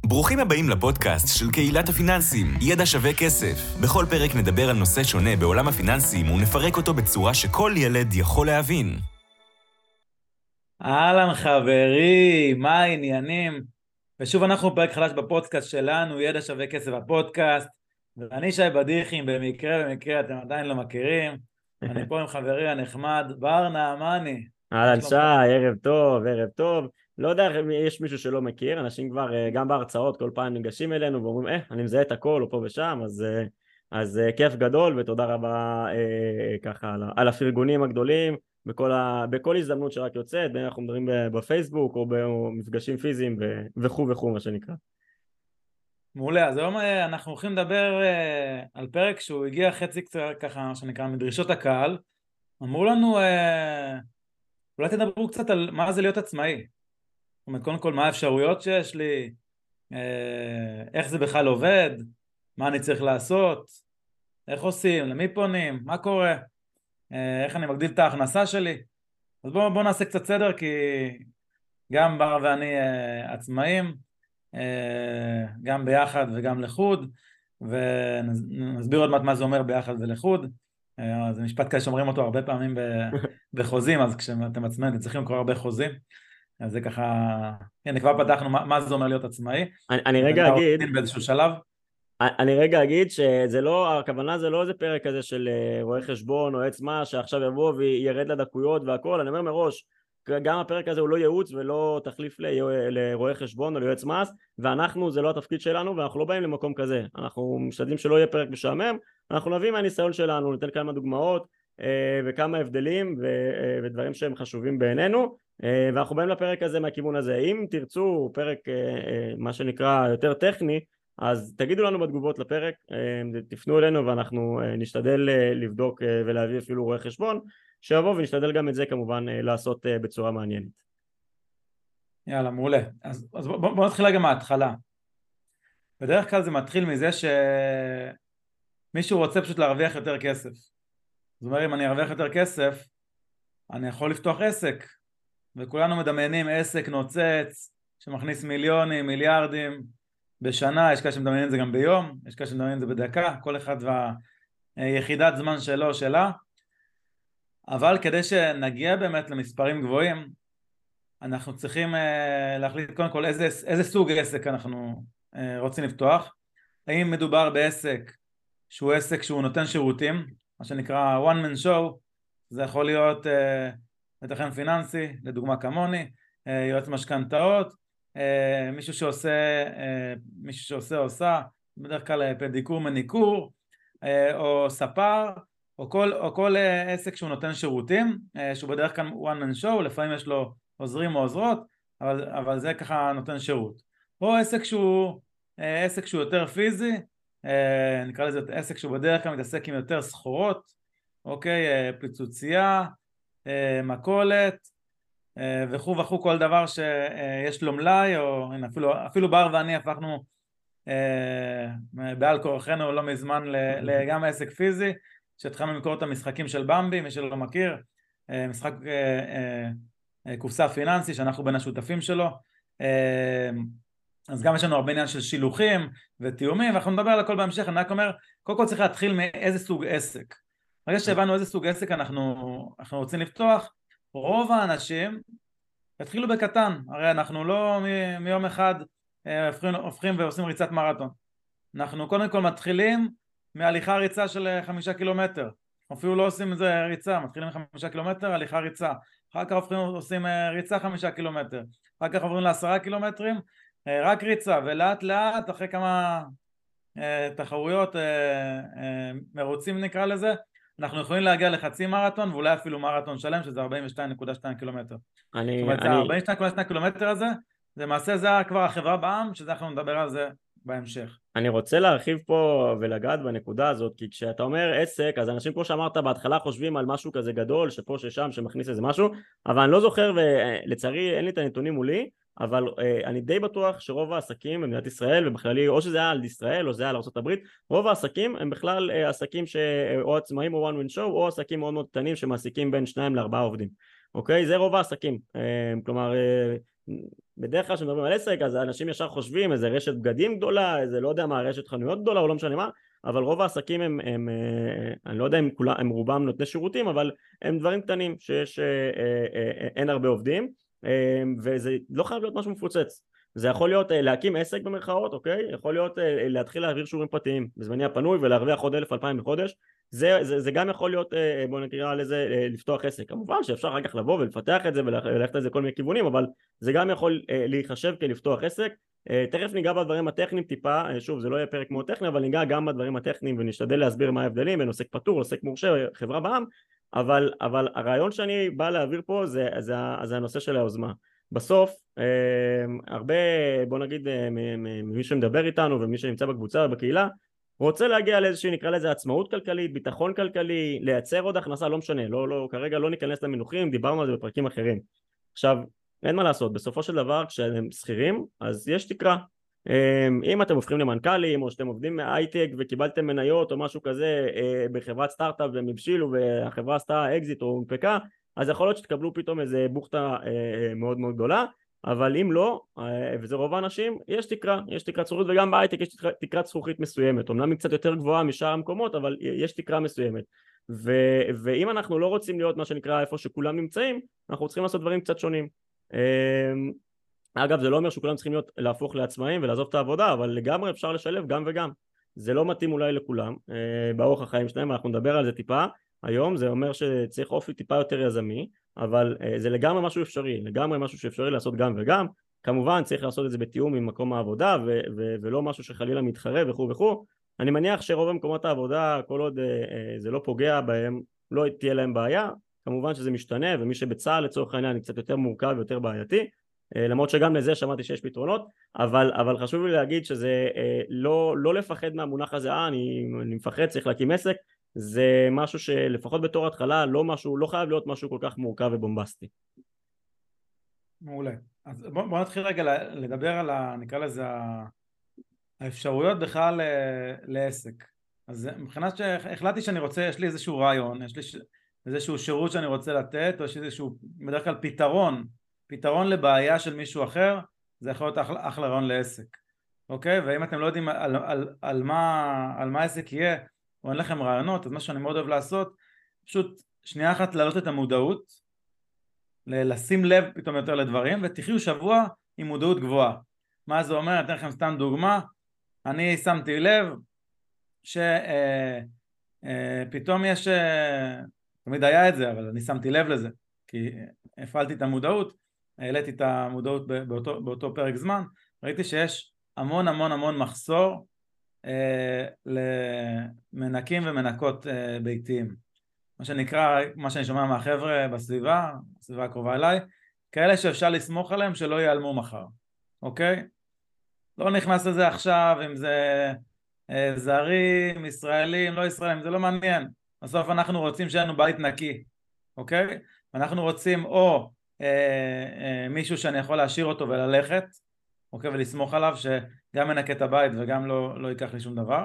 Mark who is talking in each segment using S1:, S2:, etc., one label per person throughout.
S1: ברוכים הבאים לפודקאסט של קהילת הפיננסים, ידע שווה כסף. בכל פרק נדבר על נושא שונה בעולם הפיננסים ונפרק אותו בצורה שכל ילד יכול להבין.
S2: אהלן חברים, מה העניינים? ושוב אנחנו בפרק חדש בפודקאסט שלנו, ידע שווה כסף הפודקאסט, ואני שי בדיחים, במקרה אתם עדיין לא מכירים, אני פה עם חברי הנחמד, בר נעמני.
S3: אהלן שי, ערב טוב, ערב טוב. לא יודע אם יש מישהו שלא מכיר, אנשים כבר גם בהרצאות כל פעם ניגשים אלינו ואומרים, אני מזהה את הכל או פה ושם, אז כיף גדול ותודה רבה ככה על הפרגונים הגדולים, בכל הזדמנות שרק יוצאת, בין אנחנו מדברים בפייסבוק או במפגשים פיזיים וכו' מה שנקרא.
S2: מעולה, אז היום אנחנו הולכים לדבר על פרק שהוא הגיע חצי קצת ככה, שנקרא מדרישות הקהל. אמרו לנו, אולי תדברו קצת על מה זה להיות עצמאי. זאת אומרת, קודם כל, מה האפשרויות שיש לי, איך זה בכלל עובד, מה אני צריך לעשות, איך עושים, למי פונים, מה קורה, איך אני מגדיל את ההכנסה שלי. אז בואו נעשה קצת סדר, כי גם בר ואני עצמאים, גם ביחד וגם לחוד, ונסביר עוד מעט מה זה אומר ביחד ולחוד. זה משפט כזה שאומרים אותו הרבה פעמים בחוזים, אז כשאתם עצמאים אתם צריכים לקרוא הרבה חוזים. אז זה ככה, הנה כבר פתחנו מה זה אומר להיות עצמאי.
S3: אני רגע אגיד
S2: באיזשהו שלב.
S3: אני רגע אגיד שזה לא, הכוונה זה לא איזה פרק כזה של רואה חשבון או עץ מה שעכשיו יבוא וירד לדקויות והכל. אני אומר מראש, גם הפרק הזה הוא לא ייעוץ ולא תחליף לרואה חשבון או ליועץ מס, ואנחנו, זה לא התפקיד שלנו ואנחנו לא באים למקום כזה. אנחנו משתדלים שלא יהיה פרק משעמם, אנחנו נביא מהניסיון שלנו, ניתן כמה דוגמאות וכמה הבדלים ודברים שהם חשובים בעינינו, ואנחנו באים לפרק הזה מהכיוון הזה. אם תרצו פרק מה שנקרא יותר טכני, אז תגידו לנו בתגובות לפרק, תפנו אלינו ואנחנו נשתדל לבדוק ולהביא אפילו רואה חשבון שיבוא, ונשתדל גם את זה כמובן לעשות בצורה מעניינת.
S2: יאללה, מעולה. אז בוא נתחיל רגע מההתחלה. בדרך כלל זה מתחיל מזה שמישהו רוצה פשוט להרוויח יותר כסף. זאת אומרת, אם אני ארוויח יותר כסף, אני יכול לפתוח עסק, וכולנו מדמיינים עסק נוצץ שמכניס מיליונים, מיליארדים בשנה. יש כאלה שמדמיינים את זה גם ביום, יש כאלה שמדמיינים את זה בדקה, כל אחד והיחידת זמן שלו או שלה. אבל כדי שנגיע באמת למספרים גבוהים, אנחנו צריכים להחליט קודם כל איזה סוג עסק אנחנו רוצים לפתוח. האם מדובר בעסק שהוא עסק שהוא נותן שירותים, מה שנקרא one man show, זה יכול להיות מתכנן פיננסי, לדוגמה כמוני, יועץ משכנתאות, מישהו שעושה, בדרך כלל פדיקור מניקור, או ספר, או כל עסק שהוא נותן שירותים, שהוא בדרך כלל one man show, לפעמים יש לו עוזרים או עוזרות, אבל זה ככה נותן שירות. או עסק שהוא יותר פיזי, נקרא לזה עסק שהוא בדרך כלל מתעסק עם יותר סחורות, אוקיי, פיצוצייה, מקולת, וכו' כל דבר שיש לו מלאי, או אפילו בר ואני הפכנו בעל כורחנו לא מזמן גם עסק פיזי, שהתחלנו למכור את המשחקים של במבי, מי שלא מכיר, משחק קופסה פיננסי שאנחנו בין השותפים שלו. אז גם יש לנו הרבה עניין של שילוחים ותיאומים, ואנחנו נדבר על הכל בהמשך. אני רק אומר, קודם כל צריך להתחיל מאיזה סוג עסק. ברגע שהבנו איזה סוג עסק אנחנו רוצים לפתוח, רוב האנשים התחילו בקטן. הרי אנחנו לא מיום אחד הופכים ועושים ריצת מרתון. אנחנו קודם כל מתחילים מהליכה ריצה של 5 קילומטר. אפילו לא עושים איזה ריצה, מתחילים 5 קילומטר, הליכה ריצה. אחר כך עושים ריצה 5 קילומטר. אחר כך עוברים ל10 קילומטרים, רק ריצה, ולאט לאט אחרי כמה תחרויות מרוצים נקרא לזה, אנחנו יכולים להגיע לחצי מרתון ואולי אפילו מרתון שלם שזה 42.2 קילומטר. זאת אומרת, 42.2 קילומטר הזה, זה מעשה זה כבר החברה בעם, שזה אנחנו נדבר על זה בהמשך.
S3: אני רוצה להרחיב פה ולגעת בנקודה הזאת, כי כשאתה אומר עסק, אז אנשים כמו שאמרת בהתחלה חושבים על משהו כזה גדול, שפה ששם שמכניס איזה משהו, אבל אני לא זוכר ולצערי אין לי את הנתונים מולי, אבל אני די בטוח שרוב העסקים במדינת ישראל, ובכללי או שזה היה על ישראל או זה היה על ארצות הברית, רוב העסקים הם בכלל עסקים או עצמאים או one man show, או עסקים מאוד מאוד קטנים שמעסיקים בין 2 ל4 עובדים. אוקיי? זה רוב העסקים. כלומר, בדרך כלל כשמדברים על עסק, אז האנשים ישר חושבים איזה רשת בגדים גדולה, איזה לא יודע מה, רשת חנויות גדולה או לא משנה מה, אבל רוב העסקים הם אני לא יודע אם כולם, הם רובם נותני שירותים, אבל הם דברים קטנים שיש, אין הרבה עובדים, וזה לא חייב להיות משהו מפוצץ. זה יכול להיות להקים עסק במרכאות, אוקיי? יכול להיות להתחיל להעביר שיעורים פרטיים בזמני הפנוי ולהרוויח עוד 1,000-2,000 בחודש. זה גם יכול להיות, בוא נקרא לזה, לפתוח עסק. כמובן שאפשר אחר כך לבוא ולפתח את זה וללכת את זה כל מיני כיוונים, אבל זה גם יכול להיחשב כלפתוח עסק. תכף ניגע בדברים הטכניים טיפה, שוב זה לא יהיה פרק מאוד טכני, אבל ניגע גם בדברים הטכניים ונשתדל להסביר מה ההבדלים בין עוסק פטור, עוסק מורשה, חברה בע"מ, אבל הרעיון שאני בא להעביר פה זה הנושא של היוזמה. בסוף הרבה, בוא נגיד, מי שמדבר איתנו ומי שנמצא בקבוצה ובקהילה רוצה להגיע לאיזושהי, נקרא לזה, עצמאות כלכלית, ביטחון כלכלי, לייצר עוד הכנסה, לא משנה, כרגע לא ניכנס למינוחים, דיברנו על זה בפרקים אחרים. עכשיו, אין מה לעשות, בסופו של דבר כשהם שכירים אז יש תקרה. אם אתם הופכים למנכ"לים או שאתם עובדים מהייטק וקיבלתם מניות או משהו כזה בחברת סטארט-אפ והם הבשילו והחברה עשתה אקזיט או הונפקה, אז יכול להיות שתקבלו פתאום איזה בוכתה מאוד מאוד גדולה, אבל אם לא, וזה רוב האנשים, יש תקרת זכוכית, וגם בהייטק יש תקרת זכוכית מסוימת, אמנם היא קצת יותר גבוהה משאר המקומות, אבל יש תקרה מסוימת, ואם אנחנו לא רוצים להיות מה שנקרא איפה שכולם נמצאים, אנחנו צריכים לעשות דברים קצת שונים. אגב, זה לא אומר שכולם צריכים להפוך לעצמאים ולעזוב את העבודה, אבל לגמרי אפשר לשלב גם וגם. זה לא מתאים אולי לכולם, באורח החיים שלהם, אנחנו נדבר על זה טיפה. היום זה אומר שצריך אופי טיפה יותר יזמי, אבל זה לגמרי משהו שאפשרי לעשות גם וגם. כמובן צריך לעשות את זה בתיאום עם מקום העבודה ולא משהו שחלילה מתחרה וכו' וכו'. אני מניח שרוב מקומות העבודה, כל עוד זה לא פוגע בהם, לא תהיה להם בעיה. כמובן שזה משתנה, ומי שבצה"ל לצורך העניין קצת יותר מורכב ויותר בעייתי, למרות שגם לזה שמעתי שיש פתרונות, אבל חשוב לי להגיד שזה לא לפחד מהמונח הזה, אני מפחד, צריך להקים עסק. זה משהו שלפחות בתור התחלה לא חייב להיות משהו כל כך מורכב ובומבסטי.
S2: מעולה. אז בוא נתחיל רגע לדבר על נקרא לזה האפשרויות בכלל לעסק. אז מבחינת שהחלטתי שאני רוצה, יש לי איזשהו רעיון, יש לי איזשהו שירות שאני רוצה לתת, או יש לי איזשהו בדרך כלל פתרון לבעיה של מישהו אחר, זה יכול להיות אחלה רעיון לעסק. אוקיי? ואם אתם לא יודעים על מה עסק יהיה, או אין לכם רעיונות, אז מה שאני מאוד אוהב לעשות, פשוט שנייה אחת להעלות את המודעות, לשים לב פתאום יותר לדברים, ותחיו שבוע עם מודעות גבוהה. מה זה אומר? אני אתן לכם סתם דוגמה, אני שמתי לב שפתאום יש, תמיד היה את זה, אבל אני שמתי לב לזה, כי הפעלתי את המודעות, העליתי את המודעות באותו פרק זמן, ראיתי שיש המון מחסור למנקים ומנקות ביתיים, מה שנקרא, מה שאני שומע מהחבר'ה בסביבה הקרובה אליי, כאלה שאפשר לסמוך עליהם שלא ייעלמו מחר, אוקיי? לא נכנס לזה עכשיו אם זה זרים, ישראלים, לא ישראלים, זה לא מעניין. בסוף אנחנו רוצים שיהיה לנו בית נקי, אוקיי? אנחנו רוצים או מישהו שאני יכול להשאיר אותו וללכת, אוקיי, ולסמוך עליו שגם מנקה את הבית וגם לא ייקח לי שום דבר,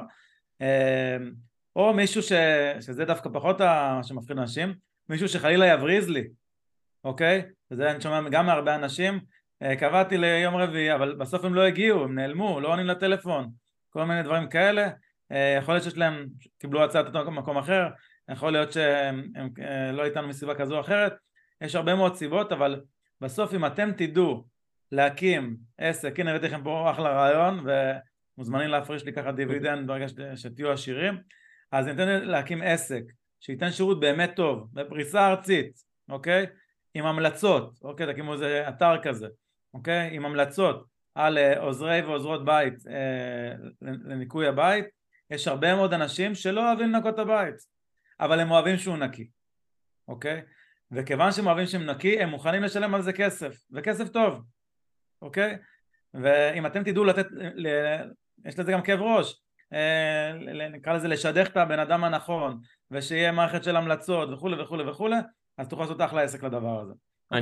S2: או מישהו שזה דווקא פחות מה שמפחיד אנשים, מישהו שחלילה יבריז לי, אוקיי? וזה אני שומע גם מהרבה אנשים, קבעתי ליום רביעי, אבל בסוף הם לא הגיעו, הם נעלמו, לא עונים לטלפון, כל מיני דברים כאלה, יכול להיות שיש להם, קיבלו הצעת מקום אחר, יכול להיות שהם לא איתנו מסביבה כזו או אחרת, יש הרבה מאוד סיבות, אבל בסוף אם אתם תדעו להקים עסק, הנה ראיתי לכם פה אחלה רעיון, ומוזמנים להפריש לי ככה דיבידנד ברגע שתהיו עשירים, אז ניתן להקים עסק, שייתן שירות באמת טוב, בפריסה ארצית, אוקיי? עם המלצות, אוקיי? תקימו איזה אתר כזה, אוקיי? עם המלצות על עוזרי ועוזרות בית לניקוי הבית, יש הרבה מאוד אנשים שלא אוהבים לנקות את הבית, אבל הם אוהבים שהוא נקי, אוקיי? וכיוון שהם אוהבים שהוא נקי, הם מוכנים לשלם על זה כסף, וכסף טוב, אוקיי? ואם אתם תדעו לתת, יש לזה גם כאב ראש, נקרא לזה לשדך את הבן אדם הנכון, ושיהיה מערכת של המלצות וכו', אז תוכל לעשות אחלה עסק לדבר הזה.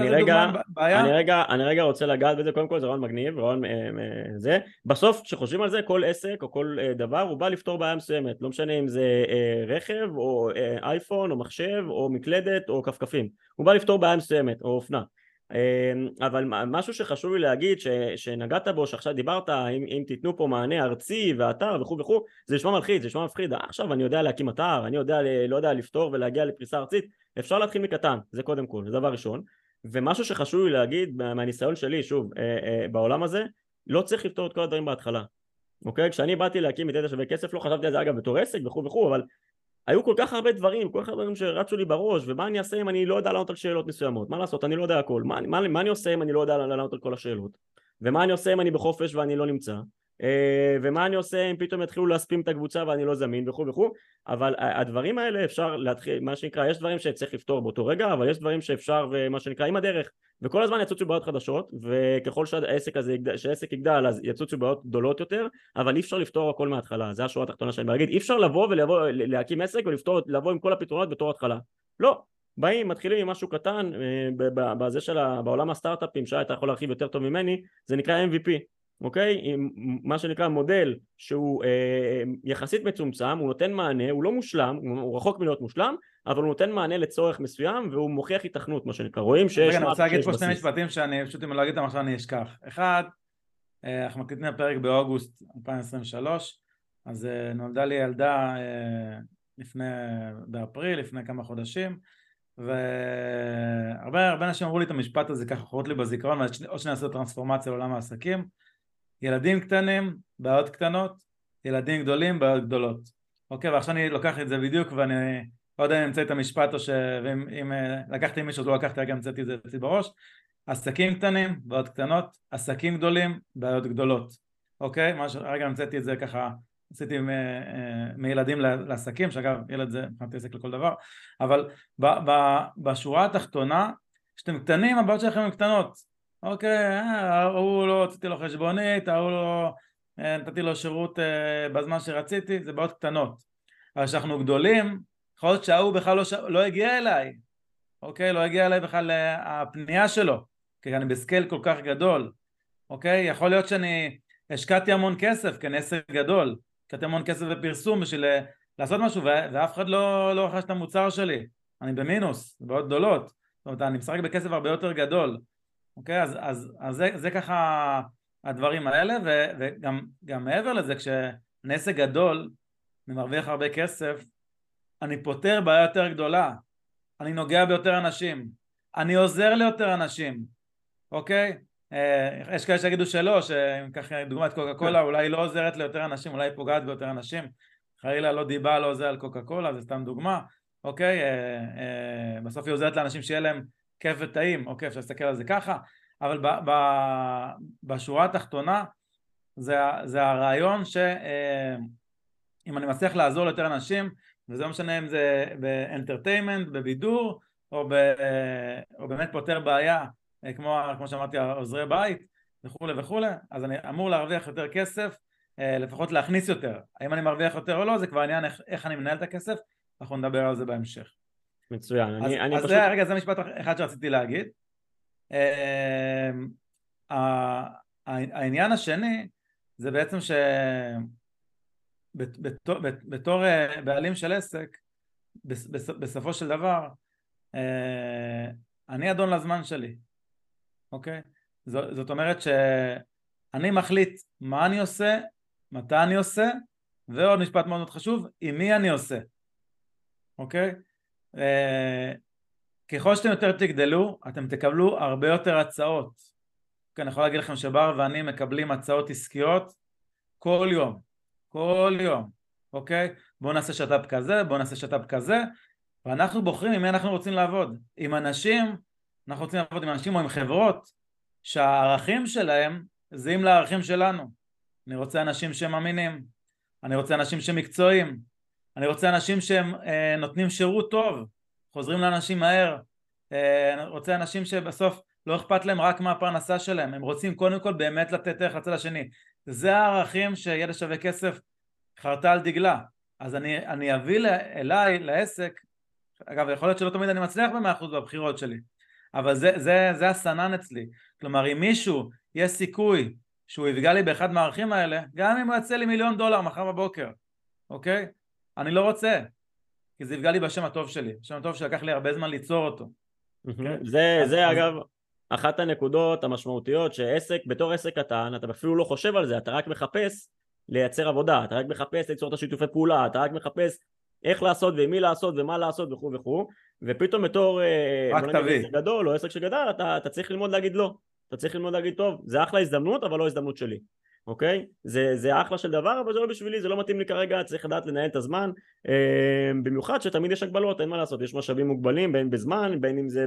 S3: אני רגע רוצה לגעת בזה, קודם כל זה רעיון מגניב, רעיון זה, בסוף כשחושבים על זה כל עסק או כל דבר הוא בא לפתור בעיה מסוימת, לא משנה אם זה רכב או אייפון או מחשב או מקלדת או כפכפים, הוא בא לפתור בעיה מסוימת או אופנה, אבל משהו שחשוב לי להגיד שנגעת בו, שעכשיו דיברת, אם תיתנו פה מענה ארצי ואתר וכו' וכו', זה נשמע מלחיץ, זה נשמע מפחיד. עכשיו אני יודע להקים אתר, אני יודע, לא יודע, לפתור ולהגיע לפריסה ארצית. אפשר להתחיל מקטן, זה קודם כל, זה דבר ראשון. ומשהו שחשוב לי להגיד מהניסיון שלי, שוב, בעולם הזה, לא צריך לפתור את כל הדברים בהתחלה. אוקיי? כשאני באתי להקים את ידע שווה כסף, לא חשבתי על זה אגב בתור עסק וכו' וכו', אבל היו כל כך הרבה דברים, כל כך הרבה דברים שרצו לי בראש, ומה אני אעשה אם אני לא יודע לענות על שאלות מסוימות? מה לעשות? אני לא יודע הכל. מה אני עושה אם אני לא יודע לענות על כל השאלות? ומה אני עושה אם אני בחופש ואני לא נמצא? ומה אני עושה אם פתאום יתחילו להספים את הקבוצה ואני לא זמין וכו' וכו'? אבל הדברים האלה אפשר להתחיל, מה שנקרא, יש דברים שצריך לפתור באותו רגע, אבל יש דברים שאפשר, ומה שנקרא, עם הדרך. וכל הזמן יצוצו בעיות חדשות, וככל שהעסק יגדל אז יצוצו בעיות גדולות יותר, אבל אי אפשר לפתור הכל מההתחלה. זה השורה התחתונה שאני להגיד. אי אפשר לבוא להקים עסק ולבוא עם כל הפתרונות בתור התחלה. לא. באים, מתחילים עם משהו קטן, בעולם הסטארט-אפים שאתה יכול להרחיב יותר טוב ממני, זה נקרא MVP. אוקיי? עם מה שנקרא מודל שהוא יחסית מצומצם, הוא נותן מענה, הוא לא מושלם, הוא רחוק מלהיות מושלם, אבל הוא נותן מענה לצורך מסוים, והוא מוכיח התכנות, מה שנקרא. רואים שיש
S2: רגע, אני רוצה להגיד פה שני משפטים שאני פשוט אם לא אגיד אותם עכשיו אני אשכח. אחד, אנחנו מקליטים הפרק באוגוסט 2023, אז נולדה לי ילדה באפריל, לפני כמה חודשים, והרבה אנשים אמרו לי את המשפט הזה ככה, חורות לי בזיכרון, עוד שניה לעשות טרנספורמציה לעולם העסקים. ילדים קטנים, בעיות קטנות, ילדים גדולים, בעיות גדולות. אוקיי, ועכשיו אני לוקח את זה בדיוק, ואני לא יודע אם אמצא את המשפט, או שאם לקחתי מישהו, לא לקחתי, רגע אמצאתי את זה אצלי בראש. עסקים קטנים, בעיות קטנות, עסקים גדולים, בעיות גדולות. אוקיי, רגע אמצאתי את זה ככה, עשיתי מילדים לעסקים, שאגב, ילד זה מבחינת עסק לכל דבר, אבל בשורה התחתונה, כשאתם קטנים, הבעיות שלכם הן קטנות. אוקיי, הוא לא הוצאתי לו חשבונית, הוא לא נתתי לו שירות בזמן שרציתי, זה בעיות קטנות. אבל כשאנחנו גדולים, יכול להיות שההוא בכלל לא הגיע אליי, אוקיי, לא הגיע אליי בכלל הפנייה שלו, כי אני בסקייל כל כך גדול, אוקיי, יכול להיות שאני השקעתי המון כסף, כי אני עסק גדול, השקעתי המון כסף בפרסום בשביל לעשות משהו, ואף אחד לא רכש את המוצר שלי, אני במינוס, זה בעיות גדולות, זאת אומרת, אני משחק בכסף הרבה יותר גדול, אוקיי, אז זה ככה הדברים האלה, וגם מעבר לזה, כשאני עסק גדול, אני מרוויח הרבה כסף, אני פותר בעיה יותר גדולה, אני נוגע ביותר אנשים, אני עוזר ליותר אנשים, אוקיי? יש כאלה שיגידו שלא, שאם ככה דוגמת קוקה קולה, אולי לא עוזרת ליותר אנשים, אולי פוגעת ביותר אנשים, חלילה לא דיבה, לא עוזר על קוקה קולה, זה סתם דוגמה, אוקיי? בסוף היא עוזרת לאנשים שיהיה להם כיף וטעים, אוקיי, אפשר להסתכל על זה ככה, אבל בשורה התחתונה זה הרעיון שאם אני מצליח לעזור ליותר אנשים, וזה לא משנה אם זה באנטרטיימנט, בבידור, או באמת פותר בעיה, כמו שאמרתי, עוזרי בית וכו' וכו', אז אני אמור להרוויח יותר כסף, לפחות להכניס יותר. האם אני מרוויח יותר או לא, זה כבר עניין איך אני מנהל את הכסף, אנחנו נדבר על זה בהמשך.
S3: מצוין.
S2: אז רגע, זה משפט אחד שרציתי להגיד. העניין השני זה בעצם שבתור בעלים של עסק, בסופו של דבר, אני אדון לזמן שלי, אוקיי? זאת אומרת שאני מחליט מה אני עושה, מתי אני עושה, ועוד משפט מאוד מאוד חשוב, עם מי אני עושה, אוקיי? ככל שאתם יותר תגדלו, אתם תקבלו הרבה יותר הצעות. אני יכול להגיד לכם שבר ואני מקבלים הצעות עסקיות כל יום, אוקיי? בואו נעשה שטאפ כזה, בואו נעשה שטאפ כזה, ואנחנו בוחרים עם מי אנחנו רוצים לעבוד. עם אנשים, אנחנו רוצים לעבוד עם אנשים או עם חברות, שהערכים שלהם זהים לערכים שלנו. אני רוצה אנשים שהם אמינים, אני רוצה אנשים שהם מקצועיים, אני רוצה אנשים שהם נותנים שירות טוב, חוזרים לאנשים מהר, אני רוצה אנשים שבסוף לא אכפת להם רק מהפרנסה שלהם, הם רוצים קודם כל באמת לתת ערך לצד השני. זה הערכים שידע שווה כסף חרתה על דגלה. אז אני אביא אליי, לעסק, אגב, יכול להיות שלא תמיד אני מצליח ב100% בבחירות שלי, אבל זה הסנן אצלי. כלומר, אם מישהו יש סיכוי שהוא יפגע לי באחד מהערכים האלה, גם אם הוא יצא לי $1,000,000 מחר בבוקר, אוקיי? אני לא רוצה, כי זה יפגע לי בשם הטוב שלי, בשם הטוב שלקח לי הרבה זמן ליצור אותו.
S3: זה אגב, אחת הנקודות המשמעותיות שעסק, בתור עסק קטן, אתה אפילו לא חושב על זה, אתה רק מחפש לייצר עבודה, אתה רק מחפש ליצור את השיתופי פעולה, אתה רק מחפש איך לעשות ועם מי לעשות ומה לעשות וכו' וכו', ופתאום בתור עסק גדול או עסק שגדל, אתה צריך ללמוד להגיד לא, אתה צריך ללמוד להגיד טוב, זה אחלה הזדמנות אבל לא הזדמנות שלי, אוקיי? זה אחלה של דבר אבל זה לא בשבילי, זה לא מתאים לי כרגע, צריך לדעת לנהל את הזמן, במיוחד שתמיד יש הגבלות, אין מה לעשות, יש משאבים מוגבלים בין בזמן, בין אם זה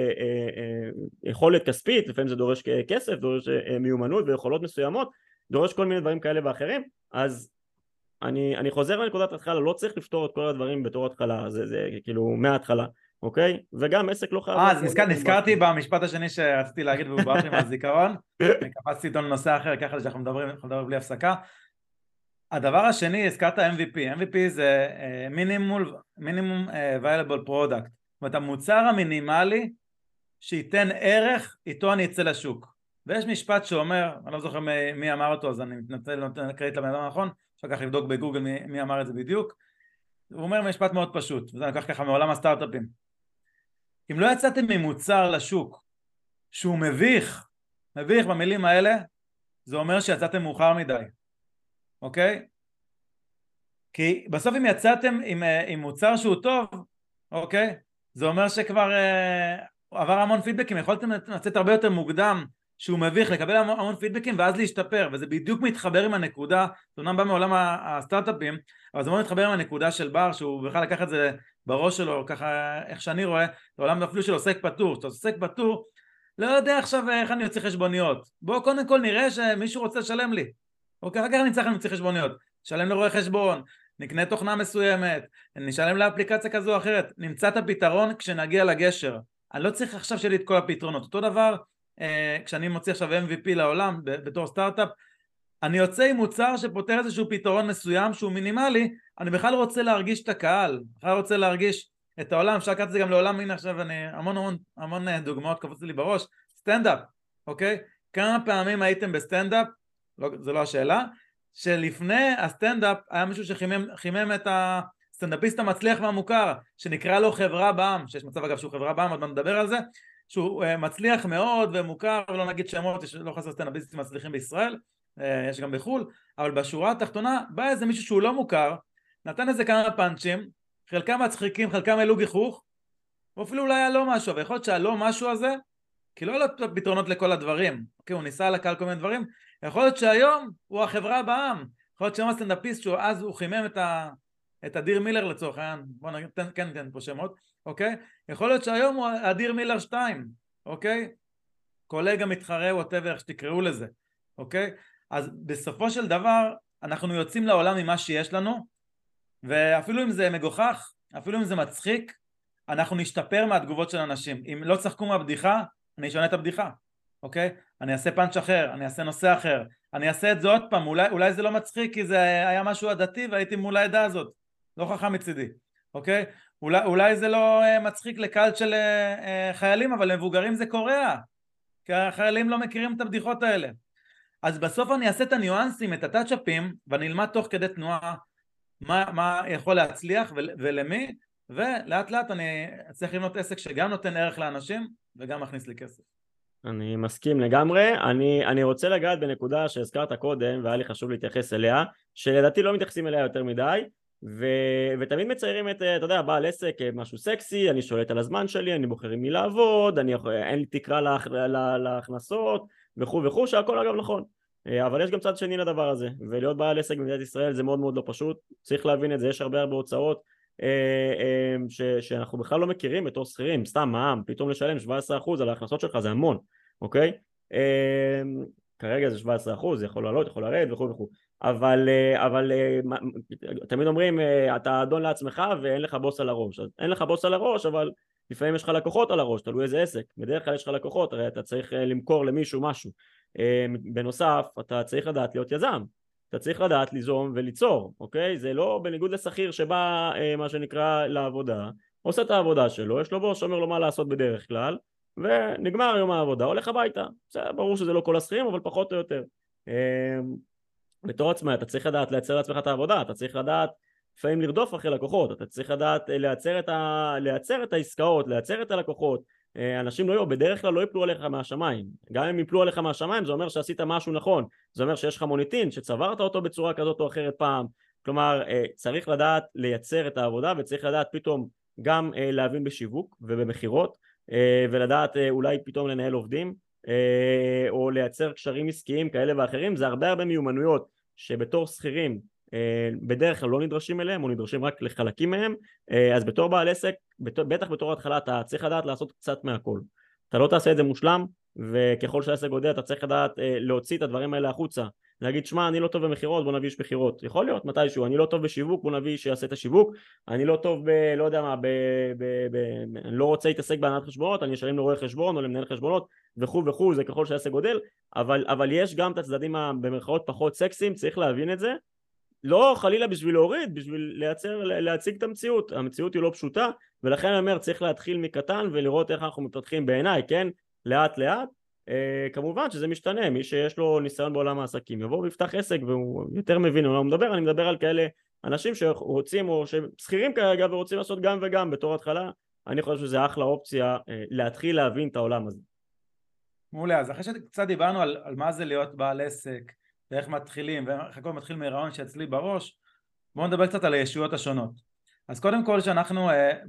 S3: ביכולת כספית, לפעמים זה דורש כסף, דורש מיומנות ויכולות מסוימות, דורש כל מיני דברים כאלה ואחרים, אז אני חוזר לנקודת התחלה, לא צריך לפתור את כל הדברים בתור התחלה, זה כאילו מההתחלה, אוקיי? וגם עסק לא חייב...
S2: אז נזכרתי במשפט השני שרציתי להגיד והוא ברח לי מהזיכרון, קפצתי איתו לנושא אחר, ככה שאנחנו מדברים בלי הפסקה. הדבר השני, הזכרת MVP, MVP זה Minimum Viable Product, זאת אומרת המוצר המינימלי שייתן ערך, איתו אני אצא לשוק. ויש משפט שאומר, אני לא זוכר מי אמר אותו, אז אני מתנצל, נותן קרדיט לבן אדם הנכון, אפשר כך לבדוק בגוגל מי אמר את זה בדיוק. הוא אומר משפט מאוד פשוט, וזה לקח ככה מעולם הסטארט-אפים. אם לא יצאתם ממוצר לשוק שהוא מביך במילים האלה, זה אומר שיצאתם מאוחר מדי, אוקיי? כי בסוף אם יצאתם עם מוצר שהוא טוב, אוקיי? זה אומר שכבר עבר המון פידבקים, יכולתם לצאת הרבה יותר מוקדם שהוא מביך, לקבל המון פידבקים ואז להשתפר, וזה בדיוק מתחבר עם הנקודה, זה אומנם בא מעולם הסטארט-אפים, אבל זה מאוד מתחבר עם הנקודה של בר, שהוא בכלל לקח את זה בראש שלו, ככה איך שאני רואה, בעולם אפילו של עוסק פטור, שאתה עוסק פטור, לא יודע עכשיו איך אני יוצא חשבוניות, בואו קודם כל נראה שמישהו רוצה לשלם לי, אוקיי, אחר כך אני צריך להוציא חשבוניות, נשלם לרואה חשבון, נקנה תוכנה מסוימת, נשלם לאפליקציה כזו או אחרת, נמצא את הפתרון כשנגיע לגשר, אני לא צריך עכשיו שלי את כל הפתרונות, אותו דבר, כשאני מוציא עכשיו MVP לעולם בתור סטארט-אפ, אני יוצא עם מוצר שפותר איזשהו פתרון מסוים שהוא מינימלי, אני בכלל רוצה להרגיש את הקהל, בכלל רוצה להרגיש את העולם, אפשר לקחת את זה גם לעולם, הנה עכשיו אני המון דוגמאות קפוצות לי בראש, סטנדאפ, אוקיי? כמה פעמים הייתם בסטנדאפ, זה לא השאלה, שלפני הסטנדאפ היה מישהו שחימם את הסטנדאפיסט המצליח והמוכר, שנקרא לו חברה בעם, שיש מצב אגב שהוא חברה בעם, עוד מה נדבר על זה, שהוא מצליח מאוד ומוכר, ולא נגיד שמות, יש לא חסר סטנדאפיסטים מצליחים בישראל, יש גם בחול, אבל בשורה התחתונה בא איזה מישהו שהוא לא מוכר, נתן איזה כמה פאנצ'ים, חלקם מצחיקים, חלקם העלו גיחוך, ואפילו אולי היה לא משהו, ויכול להיות שהלא משהו הזה, כי לא פתרונות לכל הדברים, אוקיי, הוא ניסה לקהל כל מיני דברים, יכול להיות שהיום הוא החברה בעם, יכול להיות שהיום הסטנדאפיסט אז הוא חימם את אדיר מילר לצורך העניין, בוא נגיד, כן, פה שמות, אוקיי, יכול להיות שהיום הוא אדיר מילר 2, אוקיי, קולגה מתחרה, whatever, איך שתקראו לזה, אוקיי, אז בסופו של דבר אנחנו יוצאים לעולם ממה שיש לנו, ואפילו אם זה מגוחך, אפילו אם זה מצחיק, אנחנו נשתפר מהתגובות של אנשים. אם לא צחקו מהבדיחה, אני אשנה את הבדיחה, אוקיי? אני אעשה פאנץ' אחר, אני אעשה נושא אחר, אני אעשה את זה עוד פעם, אולי זה לא מצחיק כי זה היה משהו עדתי והייתי מול העדה הזאת, לא חכם מצידי, אוקיי? אולי זה לא מצחיק לקהל של חיילים, אבל למבוגרים זה קורה, כי החיילים לא מכירים את הבדיחות האלה. אז בסוף אני אעשה את הניואנסים, את הטאצ'אפים, ואני אלמד תוך כדי תנועה מה יכול להצליח ולמי, ולאט לאט אני צריך לבנות עסק שגם נותן ערך לאנשים וגם מכניס לי כסף.
S3: אני מסכים לגמרי. אני רוצה לגעת בנקודה שהזכרת קודם והיה לי חשוב להתייחס אליה, שלדעתי לא מתייחסים אליה יותר מדי, ותמיד מציירים את, אתה יודע, בעל עסק משהו סקסי, אני שולט על הזמן שלי, אני בוחר עם מי לעבוד, אין לי תקרה להכנסות וכו' וכו', שהכל אגב נכון, אבל יש גם צד שני לדבר הזה, ולהיות בעל עסק במדינת ישראל זה מאוד מאוד לא פשוט, צריך להבין את זה, יש הרבה הוצאות שאנחנו בכלל לא מכירים בתור שכירים, סתם מע"מ, פתאום לשלם 17% על ההכנסות שלך זה המון, אוקיי? כרגע זה 17%, זה יכול לעלות, יכול לרד וכו' וכו', אבל תמיד אומרים אתה אדון לעצמך ואין לך בוס על הראש, אז אין לך בוס על הראש, אבל לפעמים יש לך לקוחות על הראש, תלוי איזה עסק, בדרך כלל יש לך לקוחות, הרי אתה צריך למכור למישהו משהו, בנוסף אתה צריך לדעת להיות יזם, אתה צריך לדעת ליזום וליצור, אוקיי? זה לא בניגוד לשכיר שבא מה שנקרא לעבודה, עושה את העבודה שלו, יש לו בוס שאומר לו מה לעשות בדרך כלל, ונגמר יום העבודה, הולך הביתה. זה ברור שזה לא כל השכירים, אבל פחות או יותר. בתור עצמאי, אתה צריך לדעת לייצר לעצמך את העבודה, אתה צריך לדעת לפעמים לרדוף אחרי לקוחות, אתה צריך לדעת לייצר את העסקאות, לייצר את הלקוחות, אנשים בדרך כלל לא יפלו עליך מהשמיים. גם אם יפלו עליך מהשמיים, זה אומר שעשית משהו נכון. זה אומר שיש לך מוניטין, שצברת אותו בצורה כזאת או אחרת פעם. כלומר, צריך לדעת לייצר את העבודה, וצריך לדעת פתאום גם להבין בשיווק ובמחירות, ולדעת אולי פתאום לנהל עובדים, או לייצר קשרים עסקיים כאלה ואחרים. זה הרבה מיומנויות שבתור שכירים בדרך כלל לא נדרשים אליהם, או נדרשים רק לחלקים מהם. אז בתור בעל עסק, בטח בתור התחלה, אתה צריך לדעת לעשות קצת מהכל. אתה לא תעשה את זה מושלם, וככל שהעסק גודל אתה צריך לדעת להוציא את הדברים האלה החוצה, להגיד שמע אני לא טוב במחירות, בוא נביא איש מחירות. יכול להיות מתישהו, אני לא טוב בשיווק, בוא נביא שיעשה את השיווק. אני לא טוב לא יודע מה, אני לא רוצה להתעסק בהנהלת חשבונות, אני אשלם לרואה חשבון או למנהל חשבונות וכו', זה ככל שהעסק גודל. אבל יש גם את הצדדים במרכאות פחות סקסיים, צריך להבין את זה, לא חלילה בשביל להוריד, בשביל להציג את המציאות. המציאות היא לא פשוטה, ולכן אני אומר צריך להתחיל מקטן ולראות איך אנחנו מתפתחים בעיניי, כן? לאט לאט. כמובן שזה משתנה, מי שיש לו ניסיון בעולם העסקים יבוא ויפתח עסק והוא יותר מבין על מה הוא מדבר. אני מדבר על כאלה אנשים שרוצים או ששכירים כרגע ורוצים לעשות גם וגם בתור התחלה. אני חושב שזה אחלה אופציה להתחיל להבין את העולם הזה.
S2: מעולה, אז אחרי שקצת דיברנו על מה זה להיות בעל עסק ואיך מתחילים ואיך הכל מתחיל מרעיון שאצלי בראש, בואו נדבר קצת על הישויות השונות. אז קודם כל שאנחנו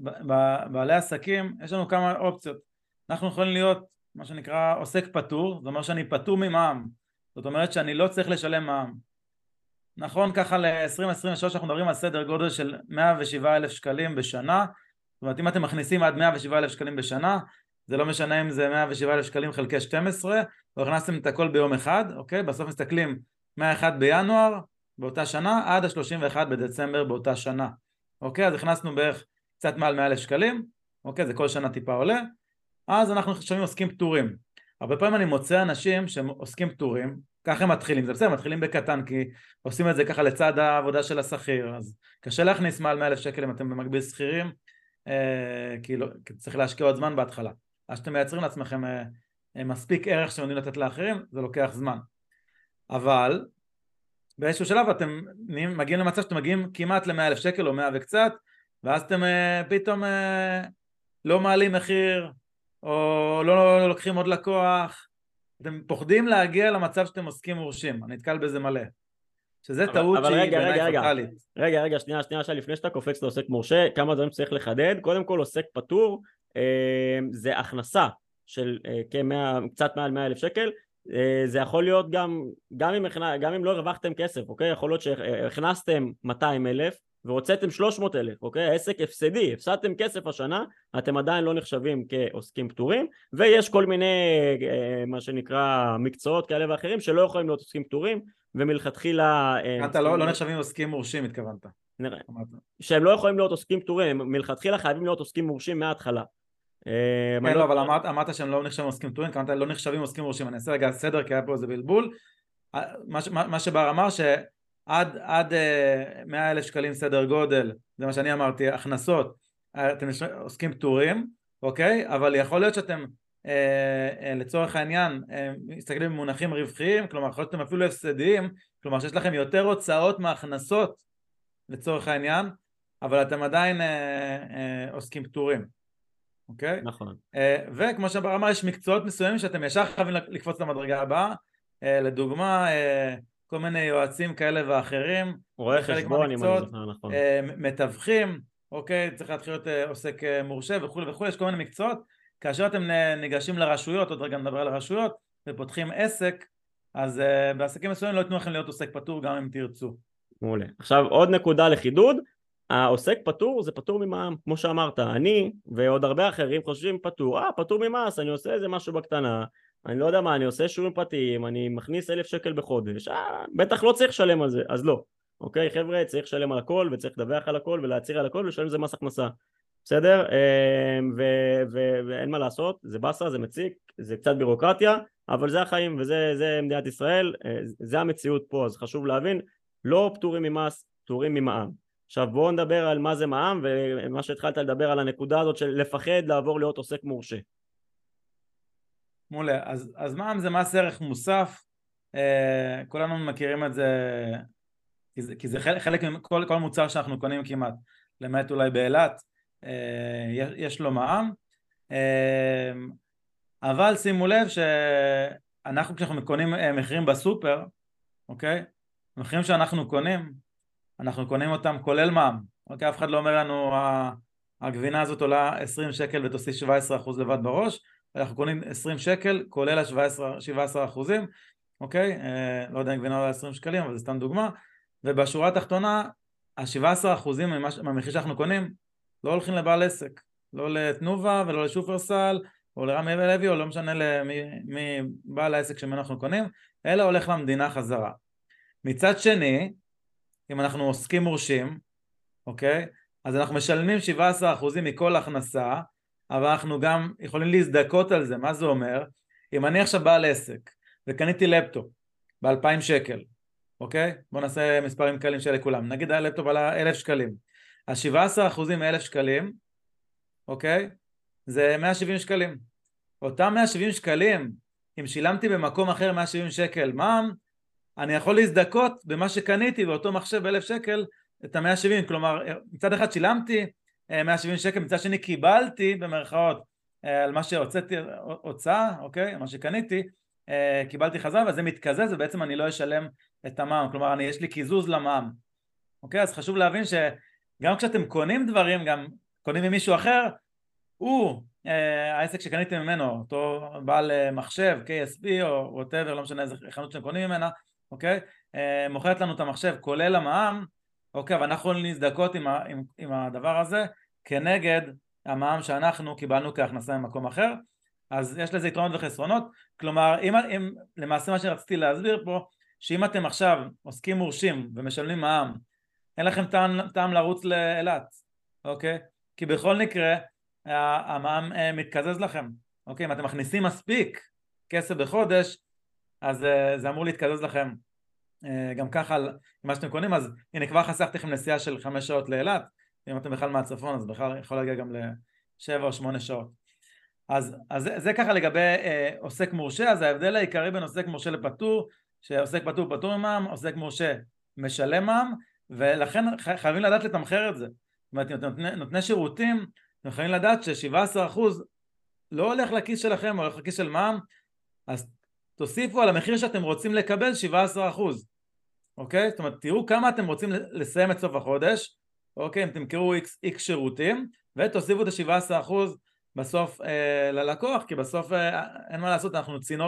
S2: בעלי עסקים, יש לנו כמה אופציות. אנחנו יכולים להיות מה שנקרא עוסק פטור, זאת אומרת שאני פטור ממע"מ, זאת אומרת שאני לא צריך לשלם מע"מ. נכון, ככה ל-2023 אנחנו מדברים על סדר גודל של 107,000 שקלים בשנה. זאת אומרת אם אתם מכניסים עד 107,000 שקלים בשנה, זה לא משנה אם זה 107,000 שקלים חלקי 12 או הכנסתם את הכל ביום אחד, אוקיי? בסוף מסתכלים מה-1 בינואר באותה שנה עד ה-31 בדצמבר באותה שנה, אוקיי? אז הכנסנו בערך קצת מעל 100,000 שקלים, אוקיי? זה כל שנה טיפה עולה. אז אנחנו שומעים עוסקים פטורים. הרבה פעמים אני מוצא אנשים שהם עוסקים פטורים, ככה הם מתחילים, זה בסדר, מתחילים בקטן כי עושים את זה ככה לצד העבודה של השכיר, אז קשה להכניס מעל 100,000 שקל אם אתם במקביל שכירים, כי צריך להשקיע עוד זמן בהתחלה. אז שאתם מייצרים לעצמכם מספיק ערך שעומדים לתת לאחרים, זה לוקח זמן. אבל באיזשהו שלב אתם מגיעים למצב שאתם מגיעים כמעט ל100,000 שקל או 100 וקצת, ואז אתם פתאום לא מעלים מחיר, או לא לוקחים עוד לקוח, אתם פוחדים להגיע למצב שאתם עוסקים מורשים. אני נתקל בזה מלא. שזה טעות שהיא בעיניי פטאלית.
S3: רגע, שנייה, לפני שאתה קופץ לעוסק מורשה, כמה דברים צריך לחדד. קודם כל, עוסק פטור, זה הכנסה של קצת מעל 100,000 שקל, זה יכול להיות גם אם לא הרווחתם כסף, אוקיי? יכול להיות שהכנסתם 200,000 והוצאתם 300,000, אוקיי? העסק הפסדי, הפסדתם כסף השנה, אתם עדיין לא נחשבים כעוסקים פטורים, ויש כל מיני מה שנקרא מקצועות כאלה ואחרים שלא יכולים להיות עוסקים פטורים, ומלכתחילה
S2: אתה לא נחשבים עוסקים מורשים, התכוונת.
S3: שהם לא יכולים להיות עוסקים פטורים, מלכתחילה חייבים להיות עוסקים מורשים מההתחלה.
S2: כן, לא, אבל אמרת שהם לא נחשבים עוסקים פטורים, כמובן לא נחשבים עוסקים מורשים. אני אעשה רגע סדר כי היה פה איזה בלבול. מה שבר אמר שעד 100,000 שקלים סדר גודל, זה מה שאני אמרתי, הכנסות, אתם עוסקים פטורים, אוקיי? אבל יכול להיות שאתם לצורך העניין מסתכלים במונחים רווחיים, כלומר יכול להיות שאתם אפילו הפסדיים, כלומר שיש לכם יותר הוצאות מהכנסות לצורך העניין, אבל אתם עדיין עוסקים פטורים, אוקיי?
S3: נכון.
S2: וכמו שבר אמר, יש מקצועות מסוימים שאתם ישר חייבים לקפוץ למדרגה הבאה, לדוגמה כל מיני יועצים כאלה ואחרים,
S3: רואה חשבון, אם אני זוכר נכון,
S2: מתווכים, אוקיי, צריך להתחיל להיות עוסק מורשה וכו' וכו'. יש כל מיני מקצועות. כאשר אתם ניגשים לרשויות, עוד רגע נדבר על הרשויות, ופותחים עסק, אז בעסקים מסוימים לא יתנו לכם להיות עוסק פטור גם אם תרצו.
S3: מעולה. עכשיו עוד נקודה לחידוד, העוסק פטור זה פטור ממע"מ, כמו שאמרת. אני ועוד הרבה אחרים חושבים פטור ממס, אני עושה איזה משהו בקטנה, אני לא יודע מה, אני עושה שיעורים פרטיים, אני מכניס 1,000 שקל בחודש, בטח לא צריך לשלם על זה, אז לא. אוקיי, חבר'ה, צריך לשלם על הכל, וצריך לדווח על הכל, ולהצהיר על הכל, ולשלם זה מס הכנסה. בסדר? ואין מה לעשות, זה בסה, זה מציק, זה קצת בירוקרטיה, אבל זה החיים, וזה מדינת ישראל, זה המציאות פה, אז חשוב להבין, לא פטורים ממס, פטורים ממע"מ. עכשיו בואו נדבר על מה זה מע"מ, ומה שהתחלת לדבר על הנקודה הזאת של לפחד לעבור להיות עוסק מורשה.
S2: מעולה, אז מע"מ זה מס ערך מוסף, כולנו מכירים את זה, כי זה חלק מכל מוצר שאנחנו קונים כמעט, למעט אולי באילת, יש לו מע"מ, אבל שימו לב שאנחנו כשאנחנו קונים מחירים בסופר, אוקיי? מחירים שאנחנו קונים אותם כולל מע"מ, אוקיי? אף אחד לא אומר לנו הגבינה הזאת עולה 20 שקל ותוסיף 17% לבד בראש, אנחנו קונים 20 שקל כולל ה-17%, אוקיי? לא יודע אם גבינה עולה 20 שקלים, אבל זה סתם דוגמה. ובשורה התחתונה, ה-17% מהמחיר שאנחנו קונים לא הולכים לבעל עסק, לא לתנובה ולא לשופרסל או לרמי לוי או לא משנה למי בעל העסק שמנו אנחנו קונים, אלא הולך למדינה חזרה. מצד שני, אם אנחנו עוסקים מורשים, אוקיי? אז אנחנו משלמים 17% מכל הכנסה, אבל אנחנו גם יכולים להזדכות על זה. מה זה אומר? אם אני עכשיו בעל עסק וקניתי לפטופ ב-2,000 שקל, אוקיי? בואו נעשה מספרים קלים של לכולם. נגיד הלפטופ עלה 1,000 שקלים. אז 17% מ-1,000 שקלים, אוקיי? זה 170 שקלים. אותם 170 שקלים, אם שילמתי במקום אחר 170 שקל מע"מ, אני יכול להזדכות במה שקניתי באותו מחשב ב-1,000 שקל את ה-170. כלומר, מצד אחד שילמתי 170 שקל, מצד שני קיבלתי במרכאות על מה שהוצאתי הוצאה, אוקיי? מה שקניתי, קיבלתי חזרה, וזה מתקזז, ובעצם אני לא אשלם את המע"מ. כלומר, יש לי קיזוז למע"מ. אוקיי? אז חשוב להבין שגם כשאתם קונים דברים, גם קונים ממישהו אחר, העסק שקניתם ממנו, אותו בעל מחשב, KSP או whatever, לא משנה איזה חנות שאתם קונים ממנה, אוקיי? מוכרת לנו את המחשב כולל המע"מ, אוקיי? ואנחנו נזדכות עם הדבר הזה כנגד המע"מ שאנחנו קיבלנו כהכנסה ממקום אחר. אז יש לזה יתרונות וחסרונות. כלומר, אם למעשה מה שרציתי להסביר פה, שאם אתם עכשיו עוסקים מורשים ומשלמים מע"מ, אין לכם טעם לרוץ לאילת, אוקיי? כי בכל מקרה המע"מ מתקזז לכם, אוקיי? אם אתם מכניסים מספיק כסף בחודש, אז זה אמור להתקזז לכם גם ככה על מה שאתם קונים. אז הנה כבר חסכתי לכם נסיעה של 5 שעות לאילת, אם אתם בכלל מהצפון אז בכלל יכול להגיע גם ל7 או 8 שעות. אז זה ככה לגבי עוסק מורשה. אז ההבדל העיקרי בין עוסק מורשה לפטור, שעוסק פטור ממע"מ, עוסק מורשה משלם מע"מ, ולכן חייבים לדעת לתמחר את זה. זאת אומרת, נותני שירותים, אתם חייבים לדעת ש17% לא הולך לכיס שלכם, הולך לכיס של מע"מ, אז תוסיפו על המחיר שאתם רוצים לקבל 17%. אוקיי? זאת אומרת, תראו כמה אתם רוצים לסיים את סוף החודש, אוקיי? אם תמכרו X שירותים, ותוסיפו את ה17% בסוף ללקוח, כי בסוף אין מה לעשות, אנחנו צינור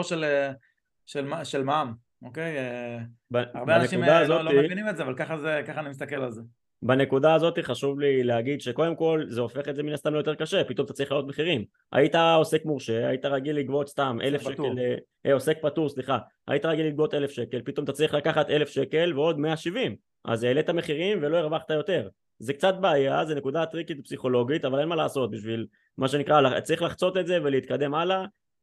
S2: של מע"מ, אוקיי? הרבה אנשים לא מבינים את זה, אבל ככה אני מסתכל על זה.
S3: בנקודה הזאת חשוב לי להגיד שקודם כל זה הופך את זה מן הסתם ליותר קשה, פתאום אתה צריך לעלות מחירים. היית עוסק מורשה, היית רגיל לגבות סתם 1,000 שקל, עוסק פטור, סליחה, היית רגיל לגבות 1,000 שקל, פתאום אתה צריך לקחת 1,000 שקל ועוד 170, אז העלית מחירים ולא הרווחת יותר. זה קצת בעיה, זה נקודה טריקית פסיכולוגית, אבל אין מה לעשות, בשביל מה שנקרא, צריך לחצות את זה ולהתקדם הלאה,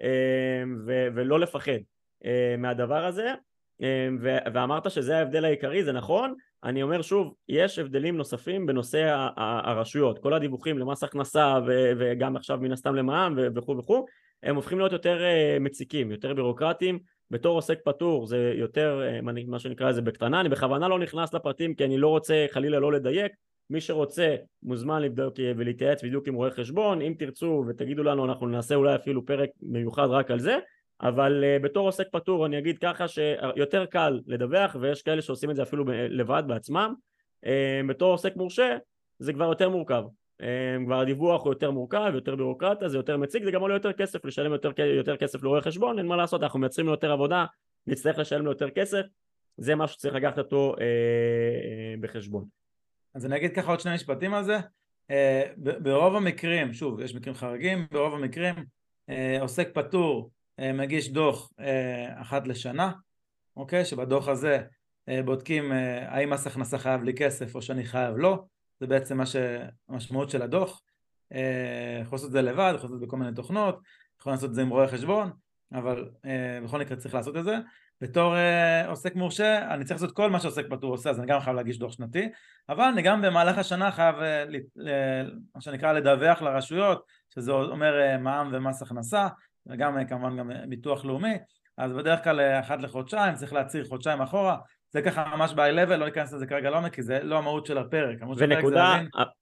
S3: ולא לפחד מהדבר הזה. ואמרת שזה ההבדל העיקרי, זה נכון. אני אומר שוב, יש הבדלים נוספים בנושא הרשויות, כל הדיווחים למס הכנסה וגם עכשיו מן הסתם למע"מ וכו' וכו', הם הופכים להיות יותר מציקים, יותר בירוקרטיים. בתור עוסק פטור זה יותר מה שנקרא זה בקטנה. אני בכוונה לא נכנס לפרטים כי אני לא רוצה חלילה לא לדייק. מי שרוצה מוזמן לבדוק ולהתייעץ בדיוק עם רואה חשבון. אם תרצו ותגידו לנו, אנחנו נעשה אולי אפילו פרק מיוחד רק על זה. אבל בתור עוסק פטור אני אגיד ככה שיותר קל לדווח, ויש כאלה שעושים את זה אפילו לבד בעצמם. בתור עוסק מורשה זה כבר יותר מורכב, כבר הדיווח הוא יותר מורכב, יותר בירוקרטיה, זה יותר מציג, זה גם עולה יותר כסף, לשלם יותר כסף לרואה חשבון, אין מה לעשות, אנחנו מייצרים לו יותר עבודה, נצטרך לשלם לו יותר כסף, זה משהו שצריך לקחת אותו בחשבון.
S2: אז אני אגיד ככה עוד 2 משפטים על זה. ברוב המקרים, שוב יש מקרים חריגים, ברוב המקרים עוסק פטור מגיש דוח אחת לשנה, אוקיי? שבדוח הזה בודקים האם מס הכנסה חייב לי כסף או שאני חייב לא. זה בעצם המשמעות של הדוח. יכול לעשות את זה לבד, יכול לעשות את זה בכל מיני תוכנות, יכול לעשות את זה עם רואה חשבון, אבל בכל מקרה צריך לעשות את זה. בתור עוסק מורשה אני צריך לעשות כל מה שעוסק פטור עושה, אז אני גם חייב להגיש דוח שנתי, אבל אני גם במהלך השנה חייב מה שנקרא לדווח לרשויות, שזה אומר מע"מ ומס הכנסה, וגם כמובן גם ביטוח לאומי. אז בדרך כלל 1 לחודשיים צריך להצהיר חודשיים אחורה. זה ככה ממש ב-high level, לא ניכנס לזה כרגע לעומק, כי זה לא המהות של הפרק.
S3: ונקודה,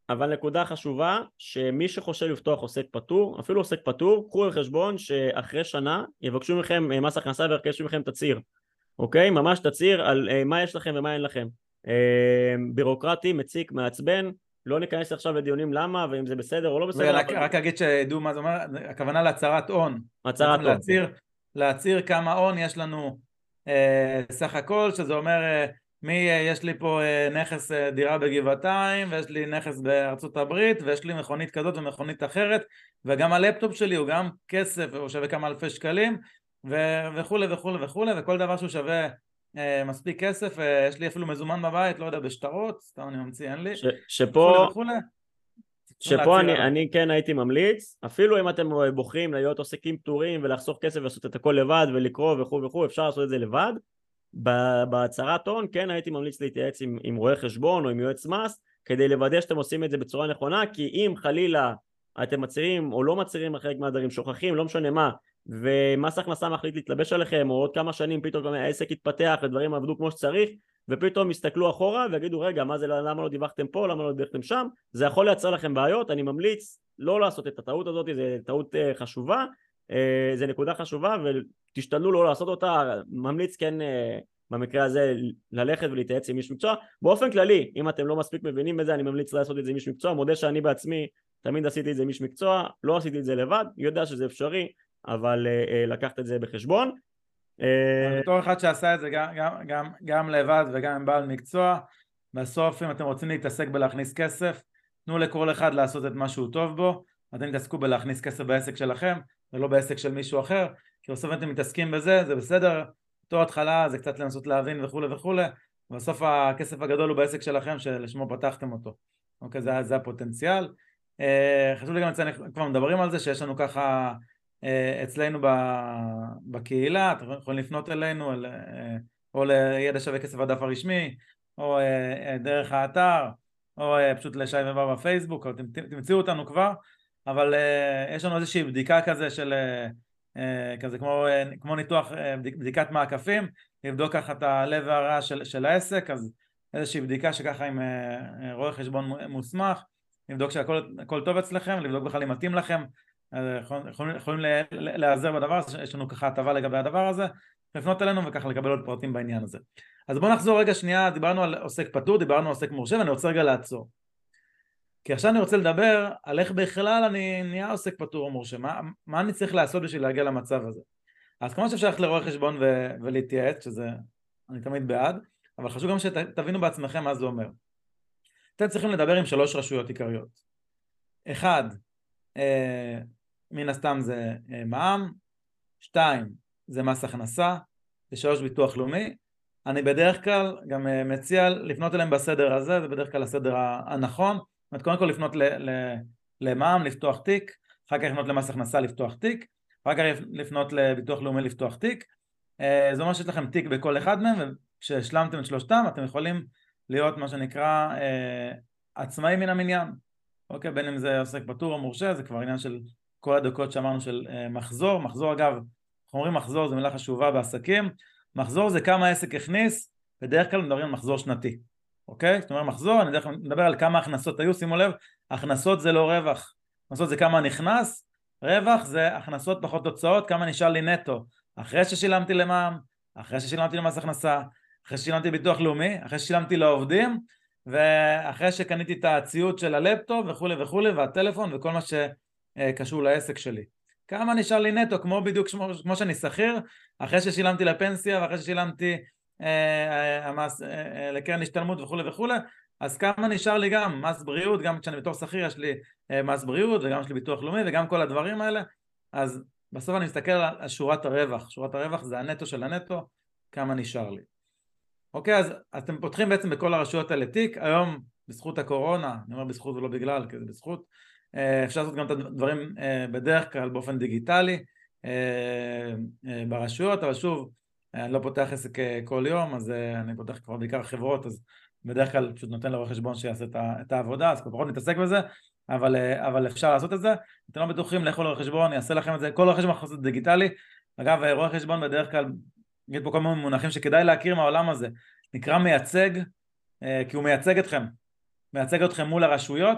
S3: אבל נקודה חשובה, שמי שחושב לפתוח עוסק פטור, אפילו עוסק פטור, קחו בחשבון שאחרי שנה יבקשו מכם מס הכנסה ויבקשו מכם תצהיר, אוקיי? ממש תצהיר על מה יש לכם ומה אין לכם. בירוקרטי, מציק, מעצבן, לא ניכנס עכשיו לדיונים למה ואם זה בסדר או לא בסדר.
S2: רק אגיד שידעו מה זה אומר, הכוונה להצהרת הון.
S3: הצהרת הון.
S2: להצהיר כמה הון יש לנו סך הכל, שזה אומר יש לי פה נכס דירה בגבעתיים, ויש לי נכס בארצות הברית, ויש לי מכונית כזאת ומכונית אחרת, וגם הלפטופ שלי הוא גם כסף, הוא שווה כמה אלפי שקלים, וכו' וכו' וכו', וכל דבר שהוא שווה מספיק כסף, יש לי אפילו מזומן בבית, לא יודע, בשטרות, סתם אני ממציא, אין לי,
S3: שפה
S2: וכו'.
S3: אני כן הייתי ממליץ, אפילו אם אתם בוחרים להיות עוסקים פטורים ולחסוך כסף ולעשות את הכל לבד ולקרוא וכו' וכו', אפשר לעשות את זה לבד. בהצהרת הון כן הייתי ממליץ להתייעץ עם רואה חשבון או עם יועץ מס כדי לוודא שאתם עושים את זה בצורה נכונה, כי אם חלילה אתם מצהירים או לא מצהירים אחרי מהדברים, שוכחים, לא משנה מה, ומס הכנסה מחליט להתלבש עליכם, או עוד כמה שנים פתאום גם העסק יתפתח ודברים עבדו כמו שצריך, ופתאום יסתכלו אחורה ויגידו רגע מה זה, למה לא דיווחתם פה, למה לא דיווחתם שם, זה יכול לייצר לכם בעיות. אני ממליץ לא לעשות את הטעות הזאת, זה טעות חשובה, זה נקודה חשובה ותשתדלו לא לעשות אותה. ממליץ כן במקרה הזה ללכת ולהתייעץ עם איש מקצוע. באופן כללי אם אתם לא מספיק מבינים בזה, אני ממליץ לעשות את זה עם איש מקצוע. מודה שאני בעצמי תמיד עשיתי את זה עם איש מקצוע, לא עשיתי את זה לבד, יודע שזה אפשרי, אבל לקחת את זה בחשבון.
S2: בתור אחד שעשה את זה גם לבד וגם עם בעל מקצוע, בסוף אם אתם רוצים להתעסק בלהכניס כסף, תנו לכל אחד לעשות את מה שהוא טוב בו. אתם תתעסקו בלהכניס כסף בעסק שלכם ולא בעסק של מישהו אחר, כי בסוף אתם מתעסקים בזה, זה בסדר, בתור התחלה זה קצת לנסות להבין וכו' וכו', ובסוף הכסף הגדול הוא בעסק שלכם שלשמו פתחתם אותו. אוקיי, זה הפוטנציאל. חשוב לי גם לציין, כבר מדברים על זה שיש לנו ככה אצלנו בקהילה, אתם יכולים לפנות אלינו או לידע שווה כסף הדף הרשמי, או דרך האתר, או פשוט לשי ובר בפייסבוק, או תמצאו אותנו כבר, אבל יש לנו איזושהי בדיקה כזה של כזה כמו ניתוח, בדיקת מעקפים, לבדוק ככה את הלב והרע של העסק. אז איזושהי בדיקה שככה עם רואה חשבון מוסמך, לבדוק שהכל טוב אצלכם, לבדוק בכלל אם מתאים לכם, יכולים להיעזר בדבר הזה, יש לנו ככה הטבה לגבי הדבר הזה, לפנות אלינו וככה לקבל עוד פרטים בעניין הזה. אז בואו נחזור רגע שנייה, דיברנו על עוסק פטור, דיברנו על עוסק מורשה, ואני רוצה רגע לעצור. כי עכשיו אני רוצה לדבר על איך בכלל אני נהיה עוסק פטור או מורשה, מה אני צריך לעשות בשביל להגיע למצב הזה. אז כמו שאפשר ללכת לרואה חשבון ולהתייעץ, שזה אני תמיד בעד, אבל חשוב גם שתבינו בעצמכם מה זה אומר. אתם צריכים לדבר עם 3 רשויות עיקריות. 1, מן הסתם זה מע"מ, 2 זה מס הכנסה, ו3 ביטוח לאומי. אני בדרך כלל גם מציע לפנות אליהם בסדר הזה, זה בדרך כלל הסדר הנכון. קודם כל לפנות למע"מ, לפתוח תיק, אחר כך לפנות למס הכנסה, לפתוח תיק, אחר כך לפנות לביטוח לאומי, לפתוח תיק. זה אומר שיש לכם תיק בכל אחד מהם, וכשהשלמתם את 3 אתם יכולים להיות מה שנקרא עצמאי מן המניין. אוקיי, בין אם זה עוסק פטור או מורשה, זה כבר עניין של כל הדקות שאמרנו של מחזור. מחזור, אגב, אנחנו אומרים מחזור, זו מילה חשובה בעסקים. מחזור זה כמה העסק הכניס, בדרך כלל מדברים על מחזור שנתי. אוקיי? זאת אומרת מחזור, אני מדבר על כמה הכנסות היו, שימו לב, הכנסות זה לא רווח. הכנסות זה כמה נכנס, רווח זה הכנסות פחות תוצאות, כמה נשאר לי נטו. אחרי ששילמתי למע"מ, אחרי ששילמתי למס הכנסה, אחרי ששילמתי ביטוח לאומי, אחרי ששילמתי לעובדים, ואחרי שקניתי את הציוד של הלפטופ וכו' וכו', והטלפון וכל מה שקשור לעסק שלי. כמה נשאר לי נטו, כמו בדיוק כמו שאני שכיר, אחרי ששילמתי לפנסיה ואחרי ששילמתי המס לקרן השתלמות וכו' וכו', אז כמה נשאר לי גם מס בריאות, גם כשאני בתור שכיר יש לי מס בריאות וגם יש לי ביטוח לאומי וגם כל הדברים האלה. אז בסוף אני מסתכל על שורת הרווח, שורת הרווח זה הנטו של הנטו, כמה נשאר לי. אוקיי, אז אתם פותחים בעצם בכל הרשויות האלה תיק. היום בזכות הקורונה, אני אומר בזכות ולא בגלל, כי זה בזכות, אפשר לעשות גם את הדברים בדרך כלל באופן דיגיטלי ברשויות, אבל שוב, אני לא פותח עסק כל יום, אז אני פותח כבר בעיקר חברות, אז בדרך כלל פשוט נותן לרואה חשבון שיעשה את העבודה, אז פחות נתעסק בזה, אבל אפשר לעשות את זה. אתם לא בטוחים לאכול רואה חשבון, יעשה לכם את זה, כל רואה חשבון יכול לעשות דיגיטלי. אגב, רואה חשבון בדרך כלל, יש פה כל מיני מונחים שכדאי להכיר מהעולם הזה, נקרא מייצג, כי הוא מייצג אתכם מול הרשויות,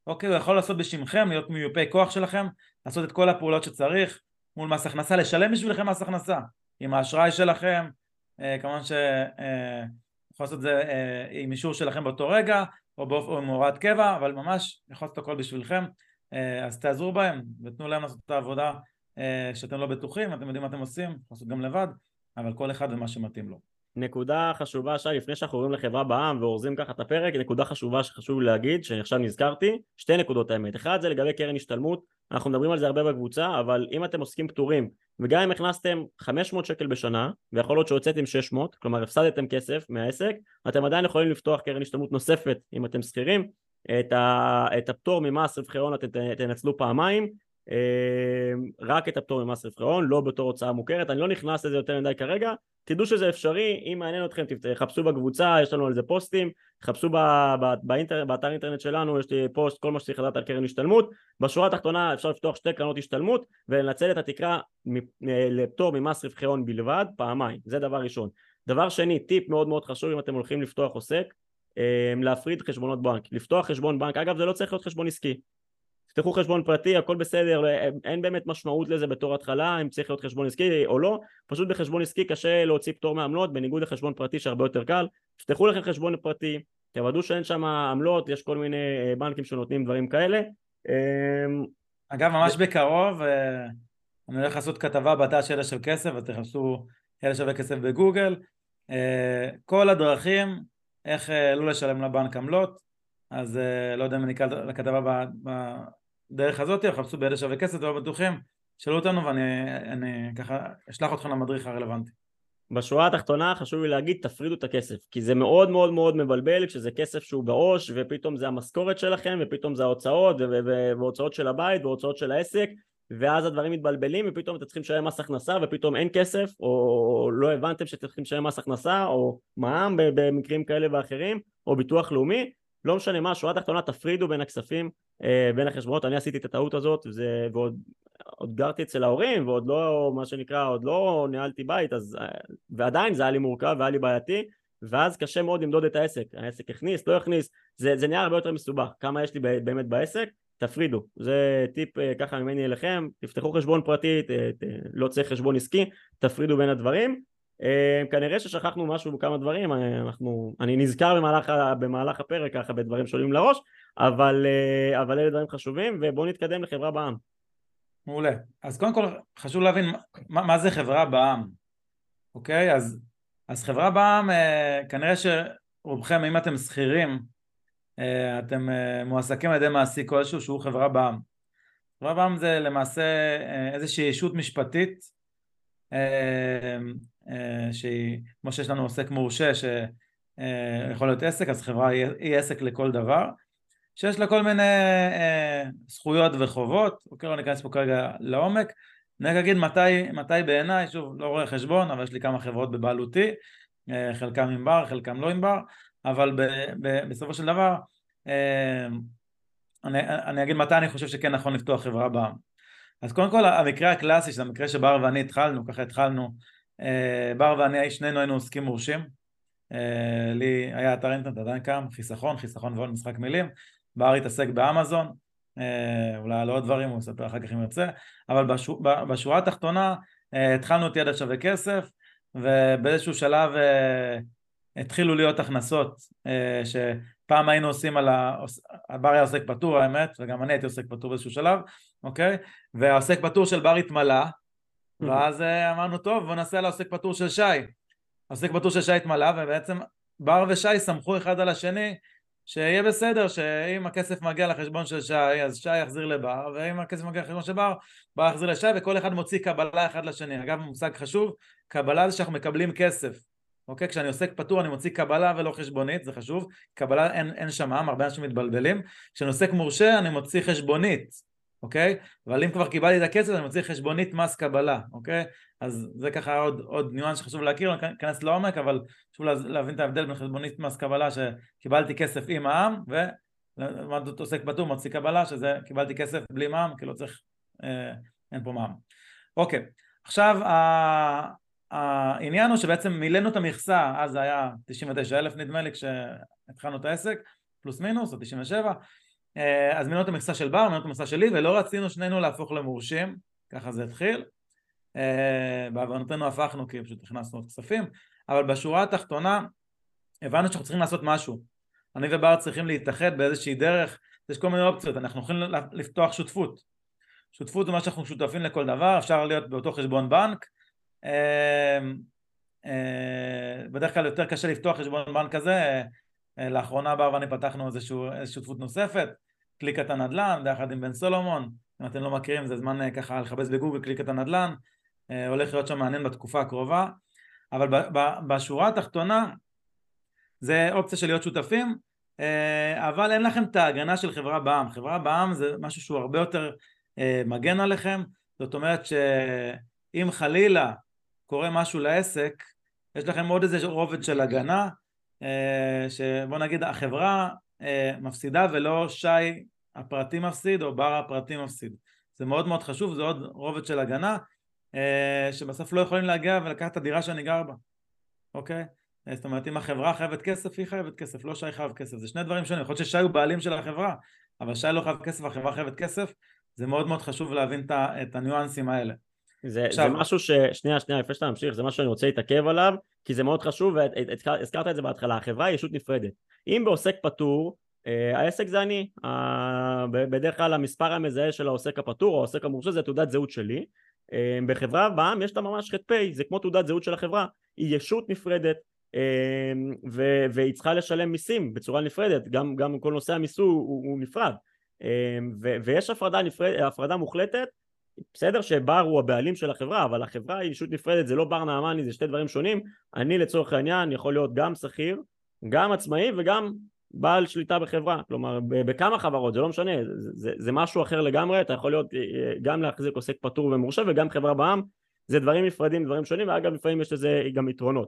S2: אוקיי, הוא יכול לעשות בשמכם, להיות מיופי כוח שלכם, לעשות את כל הפעולות שצריך, מול מס הכנסה, לשלם בשבילכם מס הכנסה, עם האשראי שלכם, כמובן יכול לעשות את זה עם אישור שלכם באותו רגע, או עם הוראת קבע, אבל ממש יכול לעשות הכל בשבילכם, אז תעזרו בהם, ותנו להם לעשות את העבודה שאתם לא בטוחים, אתם יודעים מה אתם עושים, יכול לעשות גם לבד, אבל כל אחד ומה שמתאים לו.
S3: נקודה חשובה, שי, לפני שאנחנו עוברים לחברה בע"מ ואורזים ככה את הפרק, נקודה חשובה שחשוב לי להגיד, שעכשיו נזכרתי, שתי נקודות האמת. אחד זה לגבי קרן השתלמות, אנחנו מדברים על זה הרבה בקבוצה, אבל אם אתם עוסקים פטורים, וגם אם הכנסתם 500 שקל בשנה, ויכול להיות שהוצאתם 600, כלומר הפסדתם כסף מהעסק, אתם עדיין יכולים לפתוח קרן השתלמות נוספת אם אתם שכירים, את הפטור ממס רווחי הון אתם תנצלו פעמיים, רק את הפטור ממס רווחי הון, לא בתור הוצאה מוכרת. אני לא נכנס לזה יותר מדי כרגע, תדעו שזה אפשרי. אם מעניין אתכם חפשו בקבוצה, יש לנו על זה פוסטים, חפשו באתר אינטרנט שלנו, יש לי פוסט כל מה שצריך לדעת על קרן השתלמות. בשורה התחתונה אפשר לפתוח 2 קרנות השתלמות ולנצל את התקרה לפטור ממס רווחי הון בלבד פעמיים, זה דבר ראשון. דבר שני, טיפ מאוד מאוד חשוב אם אתם הולכים לפתוח עוסק, להפריד חשבונות בנק. לפתוח חשבון בנק, אגב זה לא צריך להיות חשבון עסקי, תפתחו חשבון פרטי, הכל בסדר, אין באמת משמעות לזה בתור התחלה, אם צריך להיות חשבון עסקי או לא, פשוט בחשבון עסקי קשה להוציא פטור מעמלות, בניגוד לחשבון פרטי שהרבה יותר קל. תפתחו לכם חשבון פרטי, תוודאו שאין שם עמלות, יש כל מיני בנקים שנותנים דברים כאלה.
S2: אגב, ממש בקרוב, אני הולך לעשות כתבה באתר של ידע של כסף, אז תחפשו ידע שווה כסף בגוגל, כל הדרכים, איך לא לשלם לבנק עמלות, אז לא יודע אם אני אקרא לכתבה בדרך הזאת, או חפשו בידע שווה כסף, לא בטוחים, שאלו אותנו ואני ככה אשלח אתכם למדריך הרלוונטי.
S3: בשורה התחתונה חשוב לי להגיד, תפרידו את הכסף, כי זה מאוד מאוד מאוד מבלבל כשזה כסף שהוא בעו"ש, ופתאום זה המשכורת שלכם, ופתאום זה ההוצאות, והוצאות של הבית, והוצאות של העסק, ואז הדברים מתבלבלים, ופתאום אתם צריכים לשלם מס הכנסה, ופתאום אין כסף, או לא הבנתם שאתם צריכים לשלם מס הכנסה, או מע"מ במקרים כאלה ואחרים, או ביטוח לאומי. לא משנה מה, שורה תחתונה, תפרידו בין הכספים, בין החשבונות. אני עשיתי את הטעות הזאת, ועוד גרתי אצל ההורים, ועוד לא, מה שנקרא, עוד לא ניהלתי בית, אז, ועדיין זה היה לי מורכב, והיה לי בעייתי, ואז קשה מאוד למדוד את העסק. העסק הכניס, לא הכניס, זה נהיה הרבה יותר מסובך. כמה יש לי באמת בעסק? תפרידו. זה טיפ ככה ממני אליכם, תפתחו חשבון פרטי, לא צריך חשבון עסקי, תפרידו בין הדברים. כנראה ששכחנו משהו בכמה דברים, אני נזכר במהלך הפרק ככה בדברים שעולים לראש, אבל אלה דברים חשובים, ובואו נתקדם לחברה בע"מ.
S2: מעולה. אז קודם כל חשוב להבין מה זה חברה בע"מ, אוקיי? אז חברה בע"מ, כנראה שרובכם, אם אתם שכירים, אתם מועסקים על ידי מעסיק כלשהו שהוא חברה בע"מ. חברה בע"מ זה למעשה איזושהי ישות משפטית, שהיא, כמו שיש לנו עוסק מורשה שיכול להיות עסק, אז חברה היא עסק לכל דבר, שיש לה כל מיני זכויות וחובות. אוקיי, לא ניכנס פה כרגע לעומק, אני אגיד מתי בעיניי, שוב לא רואה חשבון, אבל יש לי כמה חברות בבעלותי, חלקם עם בר, חלקם לא עם בר, אבל בסופו של דבר אני אגיד מתי אני חושב שכן נכון לפתוח חברה בע"מ. אז קודם כל המקרה הקלאסי, שזה המקרה שבר ואני התחלנו, ככה התחלנו, בר ואני שנינו היינו עוסקים מורשים, לי היה אתר אינטרנט עדיין קם, חיסכון ועוד משחק מילים, בר התעסק באמזון, אולי על עוד דברים, הוא יספר אחר כך אם יוצא, אבל בשורה התחתונה התחלנו את ידע שווה כסף, ובאיזשהו שלב התחילו להיות הכנסות, שפעם היינו עושים בר היה עוסק פטור האמת, וגם אני הייתי עוסק פטור באיזשהו שלב, אוקיי? והעוסק פטור של בר התמלא, ואז אמרנו טוב, בוא נעשה על העוסק פטור של שי. העוסק פטור של שי התמלא, ובעצם בר ושי סמכו אחד על השני, שיהיה בסדר, שאם הכסף מגיע לחשבון של שי, אז שי יחזיר לבר, ואם הכסף מגיע לחשבון של בר, בר יחזיר לשי, וכל אחד מוציא קבלה אחד לשני. אגב, מושג חשוב, קבלה זה שאנחנו מקבלים כסף. אוקיי, כשאני עוסק פטור אני מוציא קבלה ולא חשבונית, זה חשוב, קבלה אין שם, הרבה אנשים מתבלבלים. כשאני עוסק מורשה אני מוציא חשבונית, אוקיי? אבל אם כבר קיבלתי את הכסף אני מוציא חשבונית מס קבלה, אוקיי? אז זה ככה עוד ניואנס שחשוב להכיר, אני אכנס לעומק, אבל חשוב להבין את ההבדל בין חשבונית מס קבלה שקיבלתי כסף עם מע"מ, ולעומת עוסק פטור מוציא קבלה שזה קיבלתי כסף בלי מע"מ, כי לא צריך, אין פה מע"מ. אוקיי, עכשיו העניין הוא שבעצם מילאנו את המכסה, אז זה היה 99,000 נדמה לי כשהתחלנו את העסק, פלוס מינוס, או 97, אז מינו את המכסה של בר, מינו את המכסה שלי, ולא רצינו שנינו להפוך למורשים, ככה זה התחיל, בעוונותינו הפכנו כי פשוט הכנסנו עוד כספים, אבל בשורה התחתונה הבנו שאנחנו צריכים לעשות משהו, אני ובר צריכים להתאחד באיזושהי דרך, יש כל מיני אופציות, אנחנו יכולים לפתוח שותפות, שותפות זה מה שאנחנו שותפים לכל דבר, אפשר להיות באותו חשבון בנק, בדרך כלל יותר קשה לפתוח חשבון בנק כזה, לאחרונה בר ואני פתחנו איזושהי שותפות נוספת, קליקת הנדל"ן, ביחד עם בן סולומון, אם אתם לא מכירים זה זמן ככה לחפש בגוגל קליקת הנדל"ן, הולך להיות שם מעניין בתקופה הקרובה, אבל בשורה התחתונה זה אופציה של להיות שותפים, אבל אין לכם את ההגנה של חברה בע"מ, חברה בע"מ זה משהו שהוא הרבה יותר מגן עליכם, זאת אומרת שאם חלילה קורה משהו לעסק, יש לכם עוד איזה רובד של הגנה, שבוא נגיד החברה מפסידה ולא שי הפרטי מפסיד או בר הפרטי מפסיד, זה מאוד מאוד חשוב, זה עוד רובד של הגנה, שבסוף לא יכולים להגיע ולקחת את הדירה שאני גר בה, אוקיי? זאת אומרת אם החברה חייבת כסף, היא חייבת כסף, לא שי חייב כסף, זה שני דברים שונים, יכול להיות ששי הוא בעלים של החברה, אבל שי לא חייב כסף, החברה חייבת כסף, זה מאוד מאוד חשוב להבין את הניואנסים האלה.
S3: זה משהו שנייה, לפני שאתה ממשיך, זה משהו שאני רוצה להתעכב עליו, כי זה מאוד חשוב, והזכרת את זה בהתחלה, החברה היא ישות נפרדת. אם בעוסק פטור, העסק זה אני, בדרך כלל המספר המזהה של העוסק הפטור, או העוסק המורשה זה תעודת זהות שלי, בחברה בע"מ יש לה ממש ח"פ, זה כמו תעודת זהות של החברה, היא ישות נפרדת, והיא צריכה לשלם מיסים בצורה נפרדת, גם כל נושא המיסוי הוא נפרד, ויש הפרדה מוחלטת, בסדר שבר הוא הבעלים של החברה, אבל החברה היא ישות נפרדת, זה לא בר נעמני, זה שתי דברים שונים, אני לצורך העניין יכול להיות גם שכיר, גם עצמאי וגם בעל שליטה בחברה, כלומר בכמה חברות, זה לא משנה, זה משהו אחר לגמרי, אתה יכול להיות גם להחזיק עוסק פטור ומורשה וגם חברה בע"מ, זה דברים נפרדים, דברים שונים, ואגב לפעמים יש לזה גם יתרונות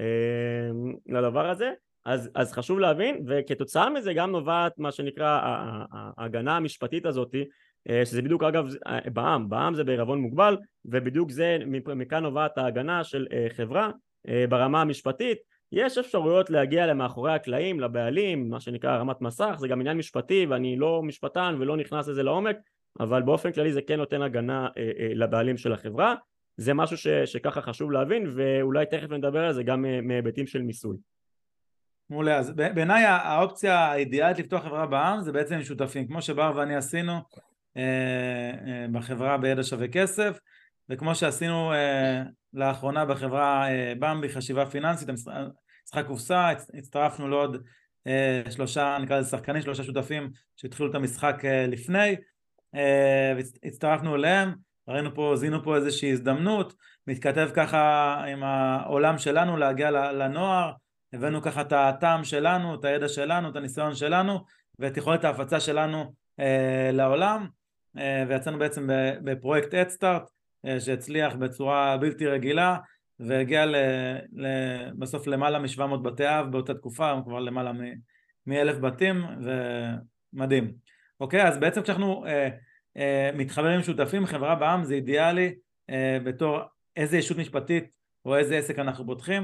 S3: לדבר הזה, אז חשוב להבין, וכתוצאה מזה גם נובעת מה שנקרא ההגנה המשפטית הזאת, שזה בדיוק אגב בע"מ זה בעירבון מוגבל, ובדיוק זה מכאן נובעת ההגנה של חברה ברמה המשפטית, יש אפשרויות להגיע למאחורי הקלעים, לבעלים, מה שנקרא רמת מסך, זה גם עניין משפטי ואני לא משפטן ולא נכנס לזה לעומק, אבל באופן כללי זה כן נותן הגנה לבעלים של החברה, זה משהו שככה חשוב להבין, ואולי תכף נדבר על זה גם מהיבטים של מיסוי.
S2: מעולה, אז בעיניי האופציה האידיאלית לפתוח חברה בע"מ זה בעצם שותפים, כמו שבר ואני עשינו בחברה בידע שווה כסף, וכמו שעשינו לאחרונה בחברה במבי חשיבה פיננסית, משחק קופסה, הצטרפנו לעוד שלושה, נקרא לזה שחקנים, שלושה שותפים שהתחילו את המשחק לפני, והצטרפנו אליהם, זינו פה איזושהי הזדמנות, מתכתב ככה עם העולם שלנו להגיע לנוער, הבאנו ככה את הטעם שלנו, את הידע שלנו, את הניסיון שלנו, ואת יכולת ההפצה שלנו לעולם, ויצאנו בעצם בפרויקט אדסטארט, שהצליח בצורה בלתי רגילה, והגיע בסוף למעלה מ-700 בתי אב באותה תקופה, כבר למעלה מ-1,000 בתים, ומדהים. אוקיי, אז בעצם כשאנחנו מתחברים שותפים, חברה בע"מ זה אידיאלי, בתור איזה ישות משפטית, או איזה עסק אנחנו פותחים,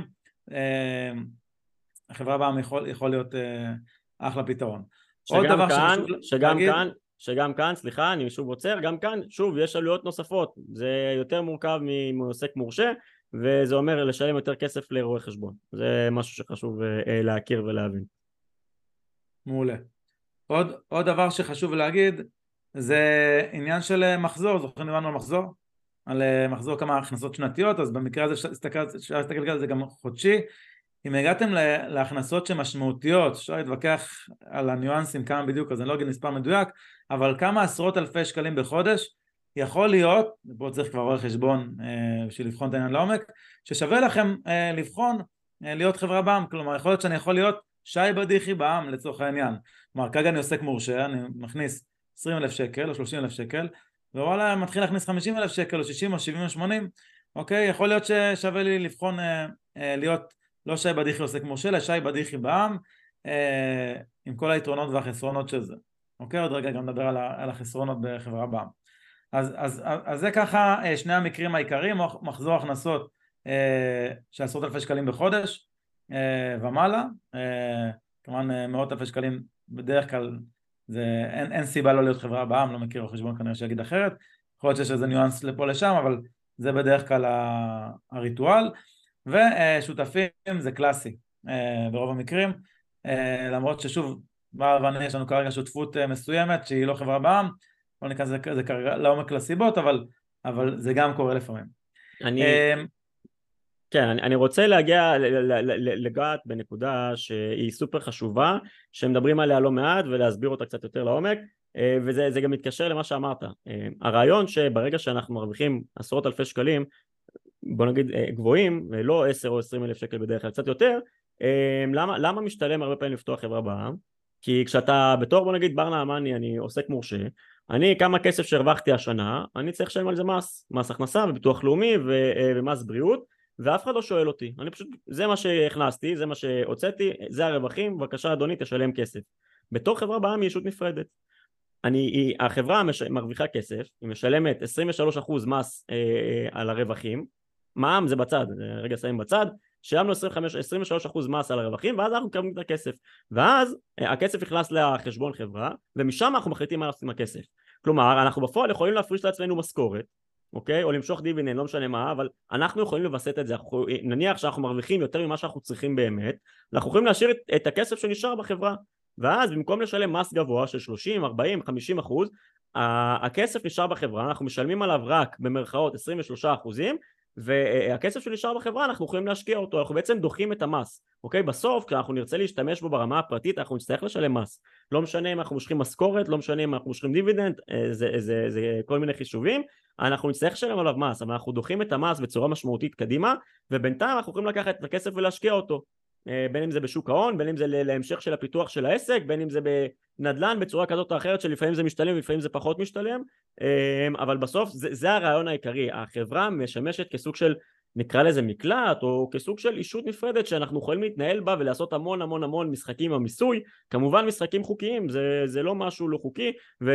S2: החברה בע"מ יכול להיות אחלה פתרון.
S3: שגם כאן, סליחה, אני שוב עוצר, גם כאן, שוב, יש עלויות נוספות, זה יותר מורכב מעוסק מורשה, וזה אומר לשלם יותר כסף לרואה חשבון, זה משהו שחשוב להכיר ולהבין.
S2: מעולה. עוד דבר שחשוב להגיד, זה עניין של מחזור, זוכרים דיברנו על מחזור? על מחזור כמה הכנסות שנתיות, אז במקרה הזה אפשר להסתכל על זה גם חודשי, אם הגעתם להכנסות שמשמעותיות, אפשר להתווכח על הניואנסים כמה בדיוק, אז אני לא אגיד מספר מדויק, אבל כמה עשרות אלפי שקלים בחודש, יכול להיות, פה צריך כבר רואה חשבון בשביל לבחון את העניין לעומק, ששווה לכם לבחון להיות חברה בע"מ, כלומר יכול להיות שאני יכול להיות שי בדיחי בע"מ לצורך העניין, כלומר כרגע אני עוסק מורשה, אני מכניס 20,000 שקל או 30,000 שקל, ווואלה מתחיל להכניס 50,000 שקל או 60 או 70 או 80, אוקיי, יכול להיות ששווה לי לבחון להיות לא שי בדיחי עוסק מורשה, אלא שי בדיחי בע"מ, עם כל היתרונות והחסרונות של זה. אוקיי, עוד רגע גם נדבר על החסרונות בחברה בע"מ. אז זה ככה שני המקרים העיקריים, מחזור הכנסות של 10,000 שקלים בחודש ומעלה, כמובן מאות אלפי שקלים בדרך כלל אין סיבה לא להיות חברה בע"מ, לא מכיר חשבון כנראה שיגיד אחרת, יכול להיות שיש איזה ניואנס לפה לשם, אבל זה בדרך כלל הריטואל, ושותפים זה קלאסי ברוב המקרים, למרות ששוב, בהבנה יש לנו כרגע שותפות מסוימת שהיא לא חברה בע"מ, לא ניכנס זה כרגע לעומק לסיבות, אבל זה גם קורה לפעמים.
S3: אני רוצה להגיע לגעת בנקודה שהיא סופר חשובה, שמדברים עליה לא מעט ולהסביר אותה קצת יותר לעומק, וזה גם מתקשר למה שאמרת. הרעיון שברגע שאנחנו מרוויחים עשרות אלפי שקלים, בוא נגיד גבוהים, ולא 10 או 20 אלף שקל בדרך כלל, קצת יותר, למה משתלם הרבה פעמים לפתוח חברה בע"מ? כי כשאתה בתור, בוא נגיד בר נעמני, אני עוסק מורשה, אני כמה כסף שהרווחתי השנה, אני צריך לשלם על זה מס הכנסה וביטוח לאומי ומס בריאות, ואף אחד לא שואל אותי, אני פשוט, זה מה שהכנסתי, זה מה שהוצאתי, זה הרווחים, בבקשה אדוני תשלם כסף. בתור חברה בע"מ היא ישות נפרדת. החברה מרוויחה כסף, היא משלמת 23% מס על הרווחים, מע"מ זה בצד, רגע שמים בצד, שילמנו 23% מס על הרווחים, ואז אנחנו מקבלים את הכסף, ואז הכסף נכנס לחשבון חברה, ומשם אנחנו מחליטים מה עושים עם הכסף. כלומר, אנחנו בפועל יכולים להפריש לעצמנו משכורת, אוקיי? או למשוך דיבידנד, לא משנה מה, אבל אנחנו יכולים לבסט את זה, נניח שאנחנו מרוויחים יותר ממה שאנחנו צריכים באמת, אנחנו יכולים להשאיר את הכסף שנשאר בחברה, ואז במקום לשלם מס גבוה של 30, 40, 50%, הכסף נשאר בחברה, אנחנו משלמים עליו רק במרכאות 23%, והכסף שנשאר בחברה אנחנו יכולים להשקיע אותו, אנחנו בעצם דוחים את המס, אוקיי? בסוף כשאנחנו נרצה להשתמש בו ברמה הפרטית אנחנו נצטרך לשלם מס, לא משנה אם אנחנו מושכים משכורת, לא משנה אם אנחנו מושכים דיבידנד, זה כל מיני חישובים, אנחנו נצטרך לשלם עליו מס, אבל אנחנו דוחים את המס בצורה משמעותית קדימה, ובינתיים אנחנו יכולים לקחת את הכסף ולהשקיע אותו, בין אם זה בשוק ההון, בין אם זה להמשך של הפיתוח של העסק, בין אם זה בנדל"ן בצורה כזאת או אחרת שלפעמים זה משתלם ולפעמים זה פחות משתלם, אבל בסוף זה הרעיון העיקרי, החברה משמשת כסוג של, נקרא לזה מקלט, או כסוג של אישות נפרדת שאנחנו יכולים להתנהל בה ולעשות המון המון המון משחקים עם המיסוי, כמובן משחקים חוקיים, זה לא משהו לא חוקי,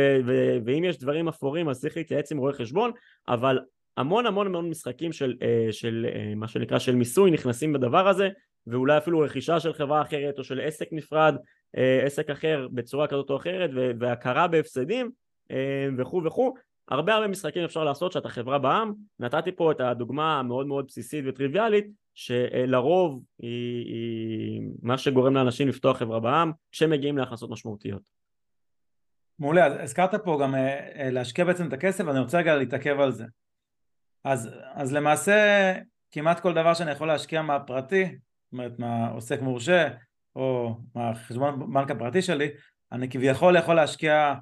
S3: ואם יש דברים אפורים אז צריך להתייעץ עם רואה חשבון, אבל המון המון המון משחקים של מה שנקרא של מיסוי נכנסים בדבר הזה, ואולי אפילו רכישה של חברה אחרת או של עסק נפרד, עסק אחר בצורה כזאת או אחרת, והכרה בהפסדים וכו' וכו'. הרבה משחקים אפשר לעשות שאתה חברה בע"מ. נתתי פה את הדוגמה המאוד מאוד בסיסית וטריוויאלית, שלרוב היא מה שגורם לאנשים לפתוח חברה בע"מ כשמגיעים להכנסות משמעותיות.
S2: מעולה, אז הזכרת פה גם להשקיע בעצם את הכסף, ואני רוצה רגע להתעכב על זה. אז למעשה כמעט כל דבר שאני יכול להשקיע מהפרטי, זאת אומרת מהעוסק מורשה או מהחשבון בנק הפרטי שלי, אני כביכול יכול להשקיע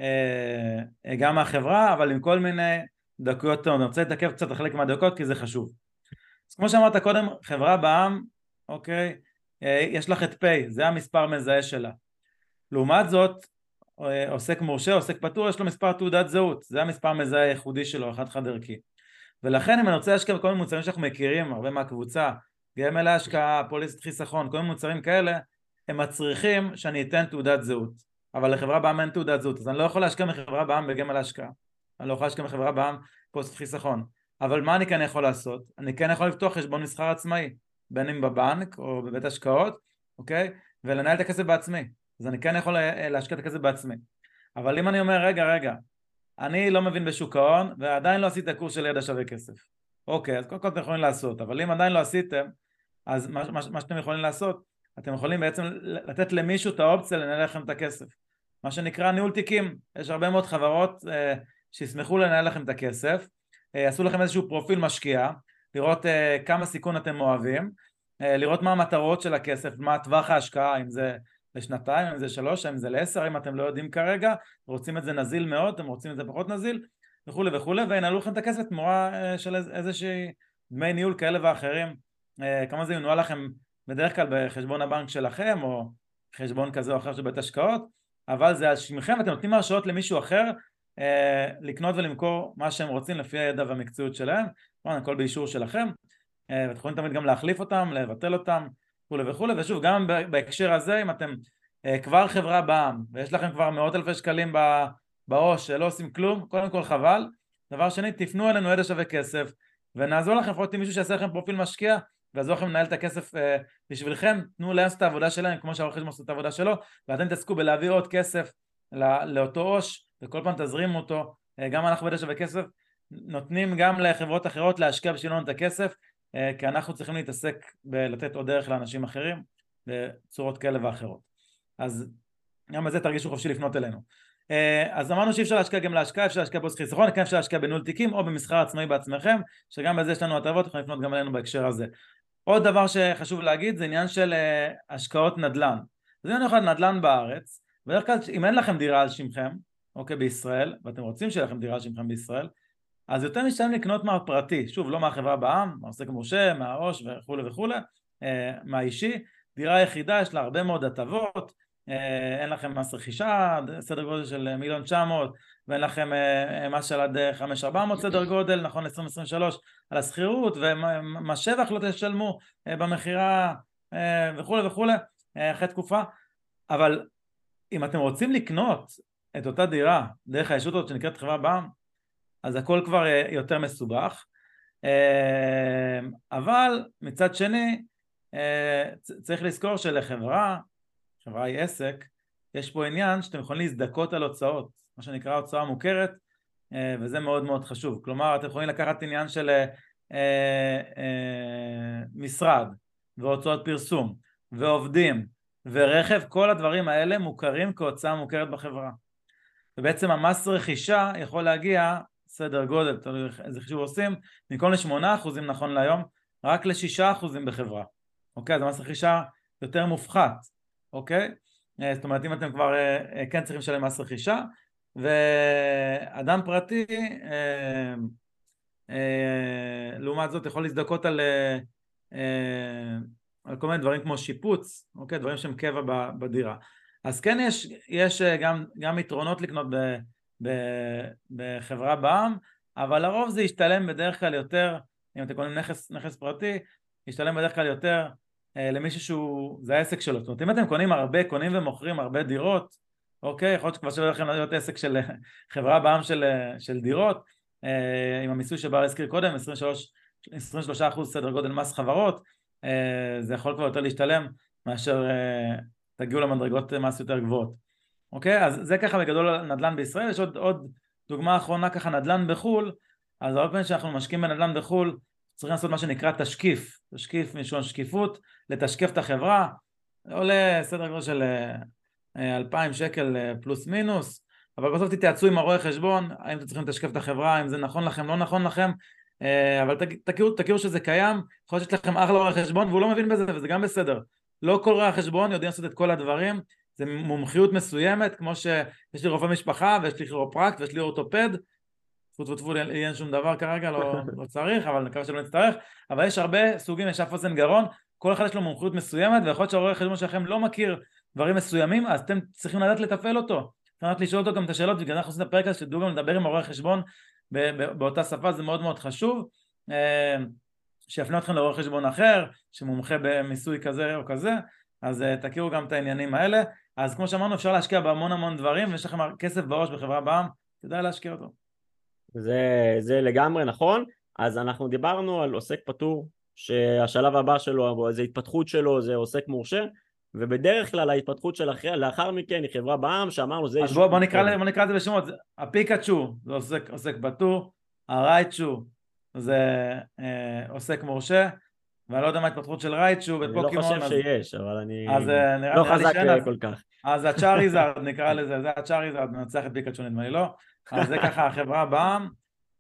S2: גם מהחברה, אבל עם כל מיני דקויות. אני רוצה להתעכב קצת לחלק מהדקות כי זה חשוב. אז כמו שאמרת קודם, חברה בע"מ, אוקיי, יש לך את פ', זה המספר מזהה שלה. לעומת זאת, עוסק מורשה, עוסק פטור, יש לו מספר תעודת זהות, זה המספר מזהה הייחודי שלו, חד ערכי. ולכן אם אני רוצה להשקיע בכל מיני מוצרים שאנחנו מכירים, הרבה מהקבוצה, גם אלה השקעה, פוליסת חיסכון, כל מיני מוצרים כאלה, הם מצריכים שאני אתן תעודת זהות. אבל לחברה בע"מ אין תעודת זהות, אז אני לא יכול להשקיע מחברה בע"מ בגם על ההשקעה. אני לא יכול להשקיע מחברה בע"מ פוליסת חיסכון. אבל מה אני כן יכול לעשות? אני כן יכול לפתוח חשבון מסחר עצמאי, בין אם בבנק או בבית השקעות, אוקיי? ולנהל את הכסף בעצמי. אז אני כן יכול להשקיע את הכסף בעצמי. אבל אם אני אומר, רגע, אני לא מבין בשוק ההון, ועדיין לא עשיתי הקורס של ידע שווה כסף. אוקיי, אז קודם כל אתם יכולים לעשות, אבל אם עדיין לא עשיתם, אז מה שאתם יכולים לעשות, אתם יכולים בעצם לתת למישהו את האופציה לנהל לכם את הכסף. מה שנקרא ניהול תיקים. יש הרבה מאוד חברות שישמחו לנהל לכם את הכסף, עשו לכם איזשהו פרופיל משקיע, לראות כמה סיכון אתם אוהבים, לראות מה המטרות של הכסף, מה טווח ההשקעה, אם זה לשנתיים, אם זה 3, אם זה ל10, אם אתם לא יודעים כרגע, רוצים את זה נזיל מאוד, אתם רוצים את זה פחות נזיל, וכו' וכו', וינהלו לכם את הכסף תמורה של איזושהי דמי ניהול כאלה ואחרים, כמה זה ינוהל לכם בדרך כלל בחשבון הבנק שלכם, או חשבון כזה או אחר של בית השקעות, אבל זה על שמכם, אתם נותנים הרשאות למישהו אחר, לקנות ולמכור מה שהם רוצים לפי הידע והמקצועיות שלהם, הכל באישור שלכם, ואתם יכולים תמיד גם להחליף אותם, לבטל אותם, וכו'. ושוב, גם בהקשר הזה, אם אתם כבר חברה בע"מ, ויש לכם כבר מאות אלפי שקלים בעו"ש שלא עושים כלום, קודם כל חבל. דבר שני, תפנו אלינו ידע שווה כסף, ונעזור לכם, לפחות עם מישהו שיעשה לכם פרופיל משקיע, ועזור לכם לנהל את הכסף בשבילכם, תנו להם את העבודה שלהם, כמו שהרואה חשבון עושה את העבודה שלו, ואתם תעסקו בלהביא עוד כסף לאותו עו"ש, וכל פעם תזרימו אותו, גם אנחנו בידע שווה כסף, נותנים גם לחברות אחרות להשקיע בשבילנו את הכסף, כי אנחנו צריכים להתעסק בלתת עוד דרך לאנשים אחרים, בצורות כאלה ואחרות. אז גם בזה תרגישו חופשי לפנות אלינו. אז אמרנו שאי אפשר להשקיע גם להשקעה, אפשר להשקיע בו חיסכון, כן אפשר להשקיע בניהול תיקים או במסחר עצמאי בעצמכם, שגם בזה יש לנו הטבות, יכולים לפנות גם אלינו בהקשר הזה. עוד דבר שחשוב להגיד זה עניין של השקעות נדל"ן. אז אם אחד נדל"ן בארץ, בדרך כלל אם אין לכם דירה על שמכם, אוקיי, בישראל, ואתם רוצים שיהיה לכם דירה על שמכם בישראל, אז יותר משתלם לקנות מהפרטי, שוב, לא מהחברה בע"מ, מהעוסק מורשה, מהעו"ש וכו' וכו', מהאישי, דירה יחידה, יש לה הרבה מאוד הטבות, אין לכם מס רכישה, סדר גודל של 1,900,000, ואין לכם מס של עד 5,400 סדר גודל, נכון ל-2023 על הסחירות, ומס שבח לא תשלמו במחירה וכו' וכו', אחרי תקופה. אבל אם אתם רוצים לקנות את אותה דירה דרך הישות הזאת שנקראת חברה בע"מ, אז הכל כבר יותר מסובך, אבל מצד שני צריך לזכור שלחברה, חברה היא עסק, יש פה עניין שאתם יכולים להזדכות על הוצאות, מה שנקרא הוצאה מוכרת, וזה מאוד מאוד חשוב. כלומר, אתם יכולים לקחת עניין של משרד והוצאות פרסום ועובדים ורכב, כל הדברים האלה מוכרים כהוצאה מוכרת בחברה. ובעצם המס רכישה יכול להגיע סדר גודל, תלוי איזה חישוב עושים, במקום ל8% נכון להיום, רק ל6% בחברה. אוקיי, אז המס רכישה יותר מופחת. אוקיי? זאת אומרת, אם אתם כבר כן צריכים לשלם מס רכישה, ואדם פרטי, לעומת זאת, יכול להזדכות על כל מיני דברים כמו שיפוץ, אוקיי? דברים שהם קבע בדירה. אז כן יש גם יתרונות לקנות בחברה בע"מ, אבל לרוב זה ישתלם בדרך כלל יותר, אם אתם קונים נכס פרטי, ישתלם בדרך כלל יותר למישהו שהוא, זה העסק שלו. זאת אומרת, אם אתם קונים ומוכרים הרבה דירות, אוקיי, יכול להיות שכבר שווה לכם להיות עסק של חברה בע"מ של דירות, עם המיסוי שבר הזכיר קודם, 23% סדר גודל מס חברות, זה יכול כבר יותר להשתלם מאשר תגיעו למדרגות מס יותר גבוהות. אוקיי, אז זה ככה בגדול נדל"ן בישראל. יש עוד דוגמה אחרונה ככה, נדל"ן בחול. אז הרבה פעמים שאנחנו משקיעים בנדל"ן בחול, צריכים לעשות מה שנקרא תשקיף מלשון שקיפות, לתשקף את החברה, עולה סדר גודל של 2,000 שקל פלוס מינוס, אבל בסוף תתייעצו עם הרואה חשבון, האם אתם צריכים לתשקף את החברה, אם זה נכון לכם, לא נכון לכם, אבל תכירו שזה קיים. יכול להיות שיש לכם אחלה רואה חשבון והוא לא מבין בזה, וזה גם בסדר. לא כל רואה חשבון יודעים לעשות את כל הדברים, זה מומחיות מסוימת, כמו שיש לי רופא משפחה ויש לי כירופרקט ויש לי אורתופד, אין שום דבר כרגע, לא צריך, אבל נקווה שלא נצטרך, אבל יש הרבה סוגים, יש אף אוזן גרון, כל אחד יש לו מומחיות מסוימת, ויכול להיות שהרואה חשבון שלכם לא מכיר דברים מסוימים, אז אתם צריכים לדעת לתפעל אותו, לדעת לשאול אותו גם את השאלות, וכן אנחנו עושים את הפרק הזה שתדעו גם לדבר עם הרואה חשבון באותה שפה, זה מאוד מאוד חשוב, שיפנה אתכם לרואה חשבון אחר, שמומחה במיסוי כזה או כזה, אז תכירו גם את העניינים האלה. אז כמו שאמרנו, אפשר להשקיע בהמון דברים, ויש לכם כסף בראש בחברה בע"מ, כדאי להשקיע אותו.
S3: זה לגמרי נכון. אז אנחנו דיברנו על עוסק פטור, שהשלב הבא שלו, זה התפתחות שלו, זה עוסק מורשה, ובדרך כלל ההתפתחות של לאחר מכן היא חברה בע"מ, שאמרנו זה...
S2: אז בוא נקרא את זה בשמות. הפיקאצ'ו זה עוסק פטור, הרייצ'ו זה עוסק מורשה, ואני לא יודע מה ההתפתחות של רייצ'ו בפוקימון.
S3: אני לא חושב שיש, אבל אני
S2: לא
S3: חזק כל כך.
S2: אז הצ'אריזרד נקרא לזה, זה הצ'אריזרד מנצח את פיקאצ'ו נדמה לי, לא? אז זה ככה החברה בע"מ,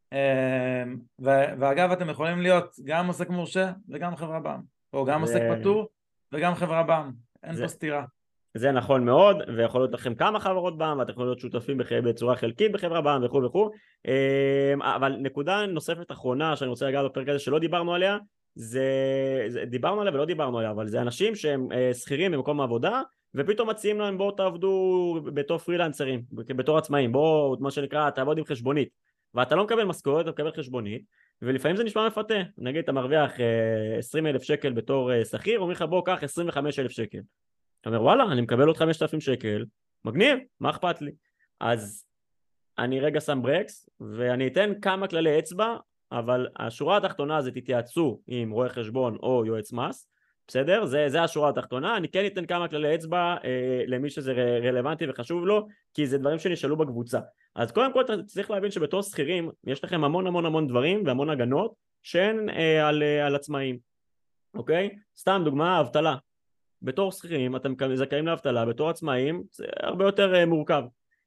S2: ואגב אתם יכולים להיות גם עוסק מורשה וגם חברה בע"מ, או גם עוסק פטור וגם חברה בע"מ, אין פה סתירה.
S3: זה נכון מאוד, ויכול להיות לכם כמה חברות בע"מ, ואתם יכולים להיות שותפים בצורה חלקית בחברה בע"מ וכו' וכו'. אבל נקודה נוספת אחרונה שאני רוצה לגעת בפרק הזה שלא דיברנו עליה, דיברנו עליה ולא דיברנו עליה, אבל זה אנשים שהם שכירים במקום העבודה, ופתאום מציעים להם בואו תעבדו בתור פרילנסרים, בתור עצמאים, בואו מה שנקרא תעבוד עם חשבונית, ואתה לא מקבל משכורת, אתה מקבל חשבונית, ולפעמים זה נשמע מפתה. נגיד אתה מרוויח 20,000 שקל בתור שכיר, אומרים לך בוא קח 25,000 שקל, אתה אומר וואלה אני מקבל עוד 5,000 שקל, מגניב, מה אכפת לי? אז אני רגע שם ברקס ואני אתן כמה כללי אצבע, אבל השורה התחתונה זה תתייעצו עם רואה חשבון או יועץ מס, בסדר? זה השורה התחתונה. אני כן אתן כמה כללי אצבע למי שזה רלוונטי וחשוב לו, כי זה דברים שנשאלו בקבוצה. אז קודם כל צריך להבין שבתור שכירים יש לכם המון המון המון דברים והמון הגנות שהן על עצמאים, אוקיי? סתם דוגמה, אבטלה. בתור שכירים אתם זכאים לאבטלה, בתור עצמאים זה הרבה יותר מורכב.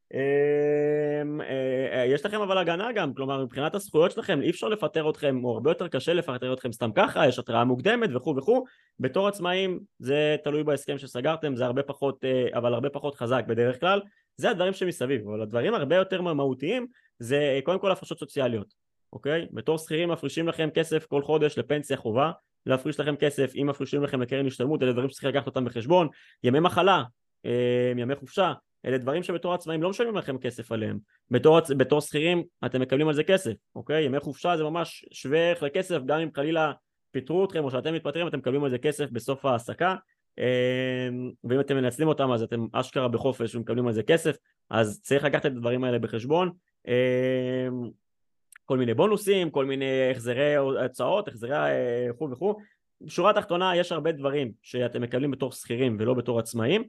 S3: יש לכם אבל הגנה גם, כלומר מבחינת הזכויות שלכם אי אפשר לפטר אתכם, או הרבה יותר קשה לפטר אתכם סתם ככה, יש התראה מוקדמת וכו' וכו'. בתור עצמאים זה תלוי בהסכם שסגרתם, זה הרבה פחות, אבל הרבה פחות חזק בדרך כלל. זה הדברים שמסביב, אבל הדברים הרבה יותר מהותיים זה קודם כל הפרשות סוציאליות, אוקיי? בתור שכירים מפרישים לכם כסף כל חודש לפנסיה חובה, להפריש לכם כסף, אם מפרישים לכם לקרן השתלמות, אלה דברים שצריך לקחת אותם בחשבון, ימי מחלה, ימי חופשה, אלה דברים שבתור עצמאים לא משלמים לכם כסף עליהם. בתור שכירים אתם מקבלים על זה כסף, אוקיי? ימי חופשה זה ממש שווה ערך לכסף, גם אם חלילה פיטרו אתכם או שאתם מתפטרים, אתם מקבלים על זה כסף בסוף העסקה, ואם אתם מנצלים אותם אז אתם אשכרה בחופש ומקבלים על זה כסף, אז צריך לקחת את הדברים האלה בחשבון. כל מיני בונוסים, כל מיני החזרי הצעות, החזרי וכו' וכו'. בשורה התחתונה יש הרבה דברים שאתם מקבלים בתור שכירים ולא בתור עצמאים.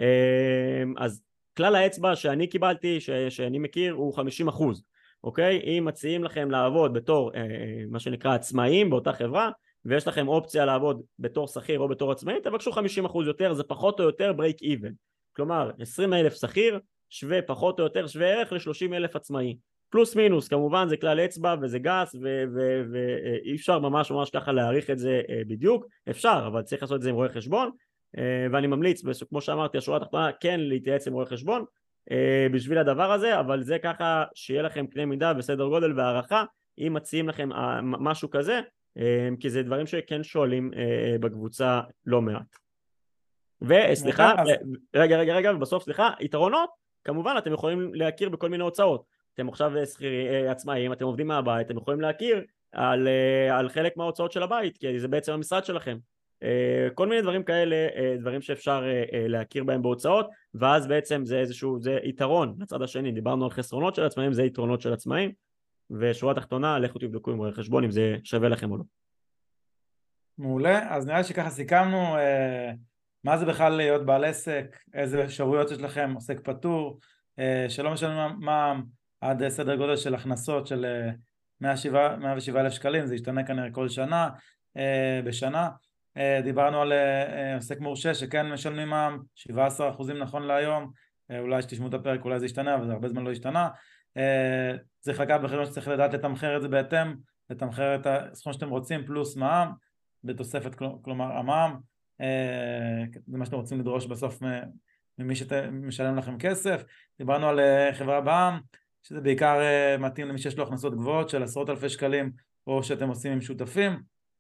S3: אז כלל האצבע שאני קיבלתי, שאני מכיר, הוא 50%, אוקיי? אם מציעים לכם לעבוד בתור מה שנקרא עצמאים באותה חברה, ויש לכם אופציה לעבוד בתור שכיר או בתור עצמאי, תבקשו 50% יותר, זה פחות או יותר break even. כלומר, 20,000 שכיר שווה פחות או יותר שווה ערך ל-30,000 עצמאי. פלוס מינוס, כמובן זה כלל אצבע וזה גס, ואי אפשר ממש ככה להעריך את זה בדיוק, אפשר, אבל צריך לעשות את זה עם רואה חשבון, ואני ממליץ, כמו שאמרתי, השורה התחתונה, כן להתייעץ עם רואה חשבון בשביל הדבר הזה, אבל זה ככה שיהיה לכם קנה מידה וסדר גודל והערכה, אם מציעים לכם משהו כזה, כי זה דברים שכן שואלים בקבוצה לא מעט. וסליחה, רגע, בסוף סליחה, יתרונות, כמובן אתם יכולים להכיר בכל מיני הוצאות, אתם עכשיו עצמאים, אתם עובדים מהבית, אתם יכולים להכיר על חלק מההוצאות של הבית, כי זה בעצם המשרד שלכם. כל מיני דברים כאלה, דברים שאפשר להכיר בהם בהוצאות, ואז בעצם זה יתרון לצד השני. דיברנו על חסרונות של עצמאים, זה יתרונות של עצמאים, ושורה תחתונה, לכו תבדקו עם רואה חשבון אם זה שווה לכם או לא.
S2: מעולה, אז נראה שככה סיכמנו מה זה בכלל להיות בעל עסק, איזה אפשרויות יש לכם, עוסק פטור, שלא משלמים מע"מ, עד סדר גודל של הכנסות של 107,000 שקלים, זה ישתנה כנראה כל שנה, בשנה. דיברנו על עוסק מורשה שכן משלמים מע"מ, 17% נכון להיום, אולי שתשמעו את הפרק אולי זה ישתנה, אבל זה הרבה זמן לא ישתנה. צריך לקחת בחשבון שצריך לדעת לתמחר את זה בהתאם, לתמחר את הסכום שאתם רוצים פלוס מע"מ, בתוספת כלומר המע"מ, זה מה שאתם רוצים לדרוש בסוף ממי שמשלם לכם כסף. דיברנו על חברה בע"מ, שזה בעיקר מתאים למי שיש לו הכנסות גבוהות של עשרות אלפי שקלים, או שאתם עושים עם שותפים.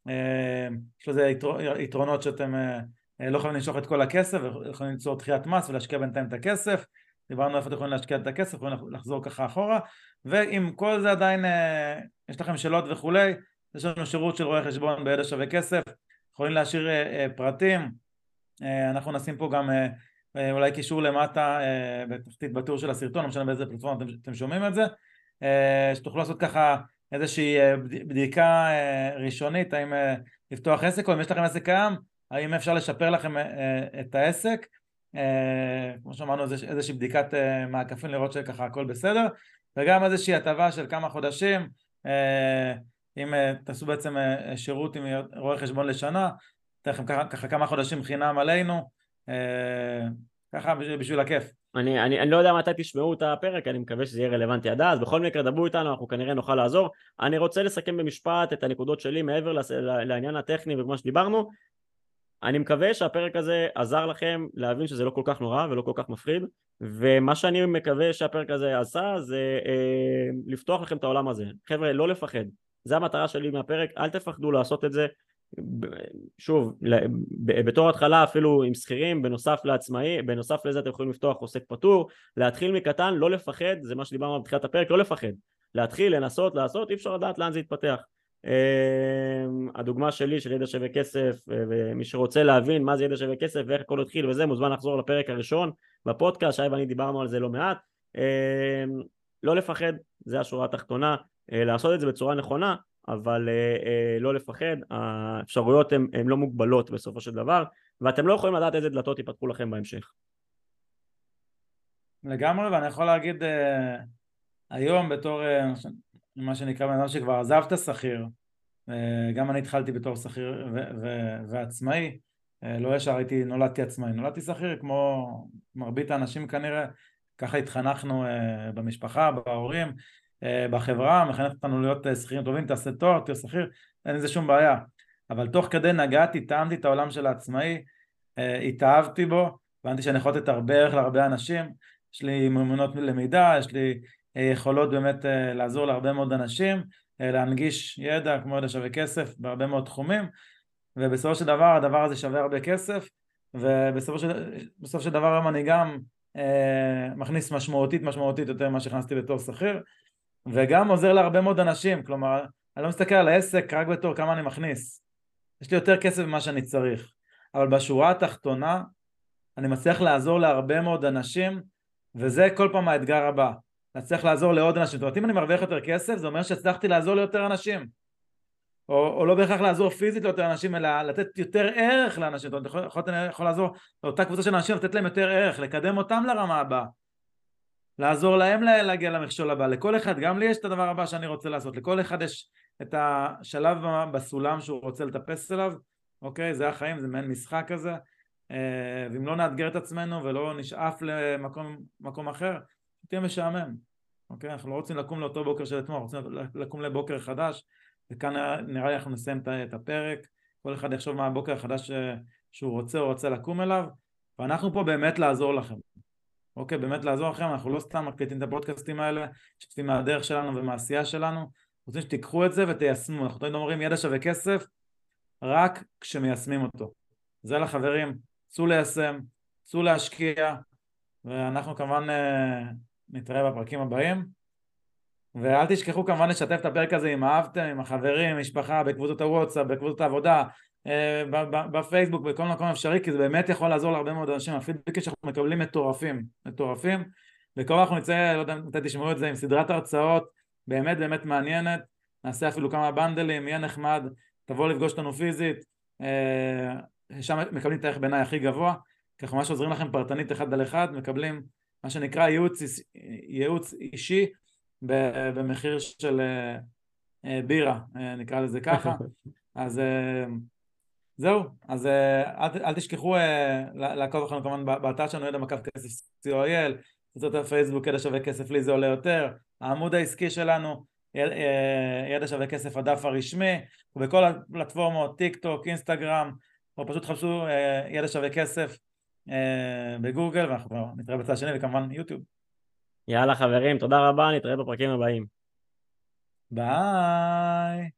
S2: יש לזה יתרונות שאתם לא יכולים למשוך את כל הכסף, יכולים ליצור דחיית מס ולהשקיע בינתיים את הכסף. דיברנו איפה אתם יכולים להשקיע את הכסף, יכולים לחזור ככה אחורה, ועם כל זה עדיין יש לכם שאלות וכולי, יש לנו שירות של רואה חשבון בידע שווה כסף, יכולים להשאיר פרטים, אנחנו נשים פה גם אולי קישור למטה בתחתית בטור של הסרטון, לא משנה באיזה פלטפורמה אתם שומעים את זה, שתוכלו לעשות ככה איזושהי בדיקה ראשונית, האם לפתוח עסק, או אם יש לכם עסק קיים, האם אפשר לשפר לכם את העסק, כמו שאמרנו איזושהי בדיקת מעקפים לראות שככה הכל בסדר, וגם איזושהי הטבה של כמה חודשים, אם תעשו בעצם שירות עם רואה חשבון לשנה, תכף ככה כמה חודשים חינם עלינו, ככה בשביל הכיף.
S3: אני לא יודע מתי תשמעו את הפרק, אני מקווה שזה יהיה רלוונטי עד אז, בכל מקרה דברו איתנו, אנחנו כנראה נוכל לעזור. אני רוצה לסכם במשפט את הנקודות שלי מעבר לעניין הטכני וכמה שדיברנו. אני מקווה שהפרק הזה עזר לכם להבין שזה לא כל כך נורא ולא כל כך מפחיד, ומה שאני מקווה שהפרק הזה עשה זה לפתוח לכם את העולם הזה. חבר'ה, לא לפחד, זה המטרה שלי מהפרק, אל תפחדו לעשות את זה. שוב, בתור התחלה אפילו עם שכירים, בנוסף לעצמאי, בנוסף לזה אתם יכולים לפתוח עוסק פטור, להתחיל מקטן, לא לפחד, זה מה שדיברנו בתחילת הפרק, לא לפחד, להתחיל, לנסות, לעשות, אי אפשר לדעת לאן זה יתפתח. הדוגמה שלי של ידע שווה כסף, ומי שרוצה להבין מה זה ידע שווה כסף ואיך הכל התחיל וזה, מוזמן לחזור לפרק הראשון בפודקאסט, שי ואני דיברנו על זה לא מעט. לא לפחד, זה השורה התחתונה, לעשות את זה בצורה נכונה, אבל לא לפחד, האפשרויות הן לא מוגבלות בסופו של דבר, ואתם לא יכולים לדעת איזה דלתות ייפתחו לכם בהמשך.
S2: לגמרי, ואני יכול להגיד היום בתור מה שנקרא בן אדם שכבר עזב את השכיר, גם אני התחלתי בתור שכיר ועצמאי, לא ישר נולדתי עצמאי, נולדתי שכיר כמו מרבית האנשים כנראה, ככה התחנכנו במשפחה, בהורים, בחברה, מחנך אותנו להיות שכירים טובים, תעשה תואר, תהיה שכיר, אין לזה שום בעיה, אבל תוך כדי נגעתי, טעמתי את העולם של העצמאי, התאהבתי בו, הבנתי שאני יכול לתת הרבה ערך להרבה אנשים, יש לי מיומנות למידה, יש לי יכולות באמת לעזור להרבה מאוד אנשים, להנגיש ידע כמו ידע שווה כסף בהרבה מאוד תחומים, ובסופו של דבר הדבר הזה שווה הרבה כסף, ובסופו של דבר היום אני גם מכניס משמעותית יותר ממה שהכנסתי בתור שכיר, וגם עוזר להרבה מאוד אנשים, כלומר אני לא מסתכל על העסק רק בתור כמה אני מכניס, יש לי יותר כסף ממה שאני צריך, אבל בשורה התחתונה אני מצליח לעזור להרבה מאוד אנשים, וזה כל פעם האתגר הבא, להצליח לעזור לעוד אנשים. זאת אומרת, אם אני מרוויח יותר כסף, זה אומר שהצלחתי לעזור ליותר אנשים, או לא בהכרח לעזור פיזית ליותר אנשים, אלא לתת יותר ערך לאנשים. זאת אומרת, יכול לעזור לאותה קבוצה של אנשים, לתת להם יותר ערך, לקדם אותם לרמה הבאה, לעזור להם להגיע למכשול הבא. לכל אחד, גם לי יש את הדבר הבא שאני רוצה לעשות, לכל אחד יש את השלב בסולם שהוא רוצה לטפס אליו, אוקיי? זה החיים, זה מעין משחק כזה, ואם לא נאתגר את עצמנו ולא נשאף למקום אחר, תהיה משעמם, אוקיי? אנחנו לא רוצים לקום לאותו בוקר של אתמול, רוצים לקום לבוקר חדש, וכאן נראה לי אנחנו נסיים את הפרק, כל אחד יחשוב מה הבוקר החדש שהוא רוצה לקום אליו, ואנחנו פה באמת לעזור לכם, אוקיי? באמת לעזור לכם, אנחנו לא סתם מקליטים את הפודקאסטים האלה, שתפים מהדרך שלנו ומהעשייה שלנו, רוצים שתיקחו את זה ותיישמו, אנחנו תמיד אומרים ידע שווה כסף, רק כשמיישמים אותו. זה לחברים, צאו ליישם, צאו להשקיע, ואנחנו כמובן נתראה בפרקים הבאים, ואל תשכחו כמובן לשתף את הפרק הזה אם אהבתם, עם החברים, משפחה, בקבוצות הוואטסאפ, בקבוצות העבודה, בפייסבוק, בכל מקום אפשרי, כי זה באמת יכול לעזור להרבה מאוד אנשים. הפידבקים שאנחנו מקבלים מטורפים, וכל אנחנו נצא, לא יודע מתי תשמעו את זה, עם סדרת הרצאות באמת מעניינת, נעשה אפילו כמה בנדלים, יהיה נחמד, תבואו לפגוש אותנו פיזית, שם מקבלים את הערך בעיניי הכי גבוה, ככה ממש עוזרים לכם פרטנית אחד על אחד, מקבלים מה שנקרא ייעוץ אישי במחיר של בירה, נקרא לזה ככה. אז זהו, אז אל תשכחו לעקוב אחרינו כמובן באתר שלנו ידע מקף כסף co.il, קבוצות הפייסבוק ידע שווה כסף לי זה עולה יותר, העמוד העסקי שלנו ידע שווה כסף הדף הרשמי, ובכל הפלטפורמות טיק טוק, אינסטגרם, או פשוט חפשו ידע שווה כסף בגוגל, ואנחנו נתראה בצד השני וכמובן יוטיוב.
S3: יאללה חברים, תודה רבה, נתראה בפרקים הבאים.
S2: ביי.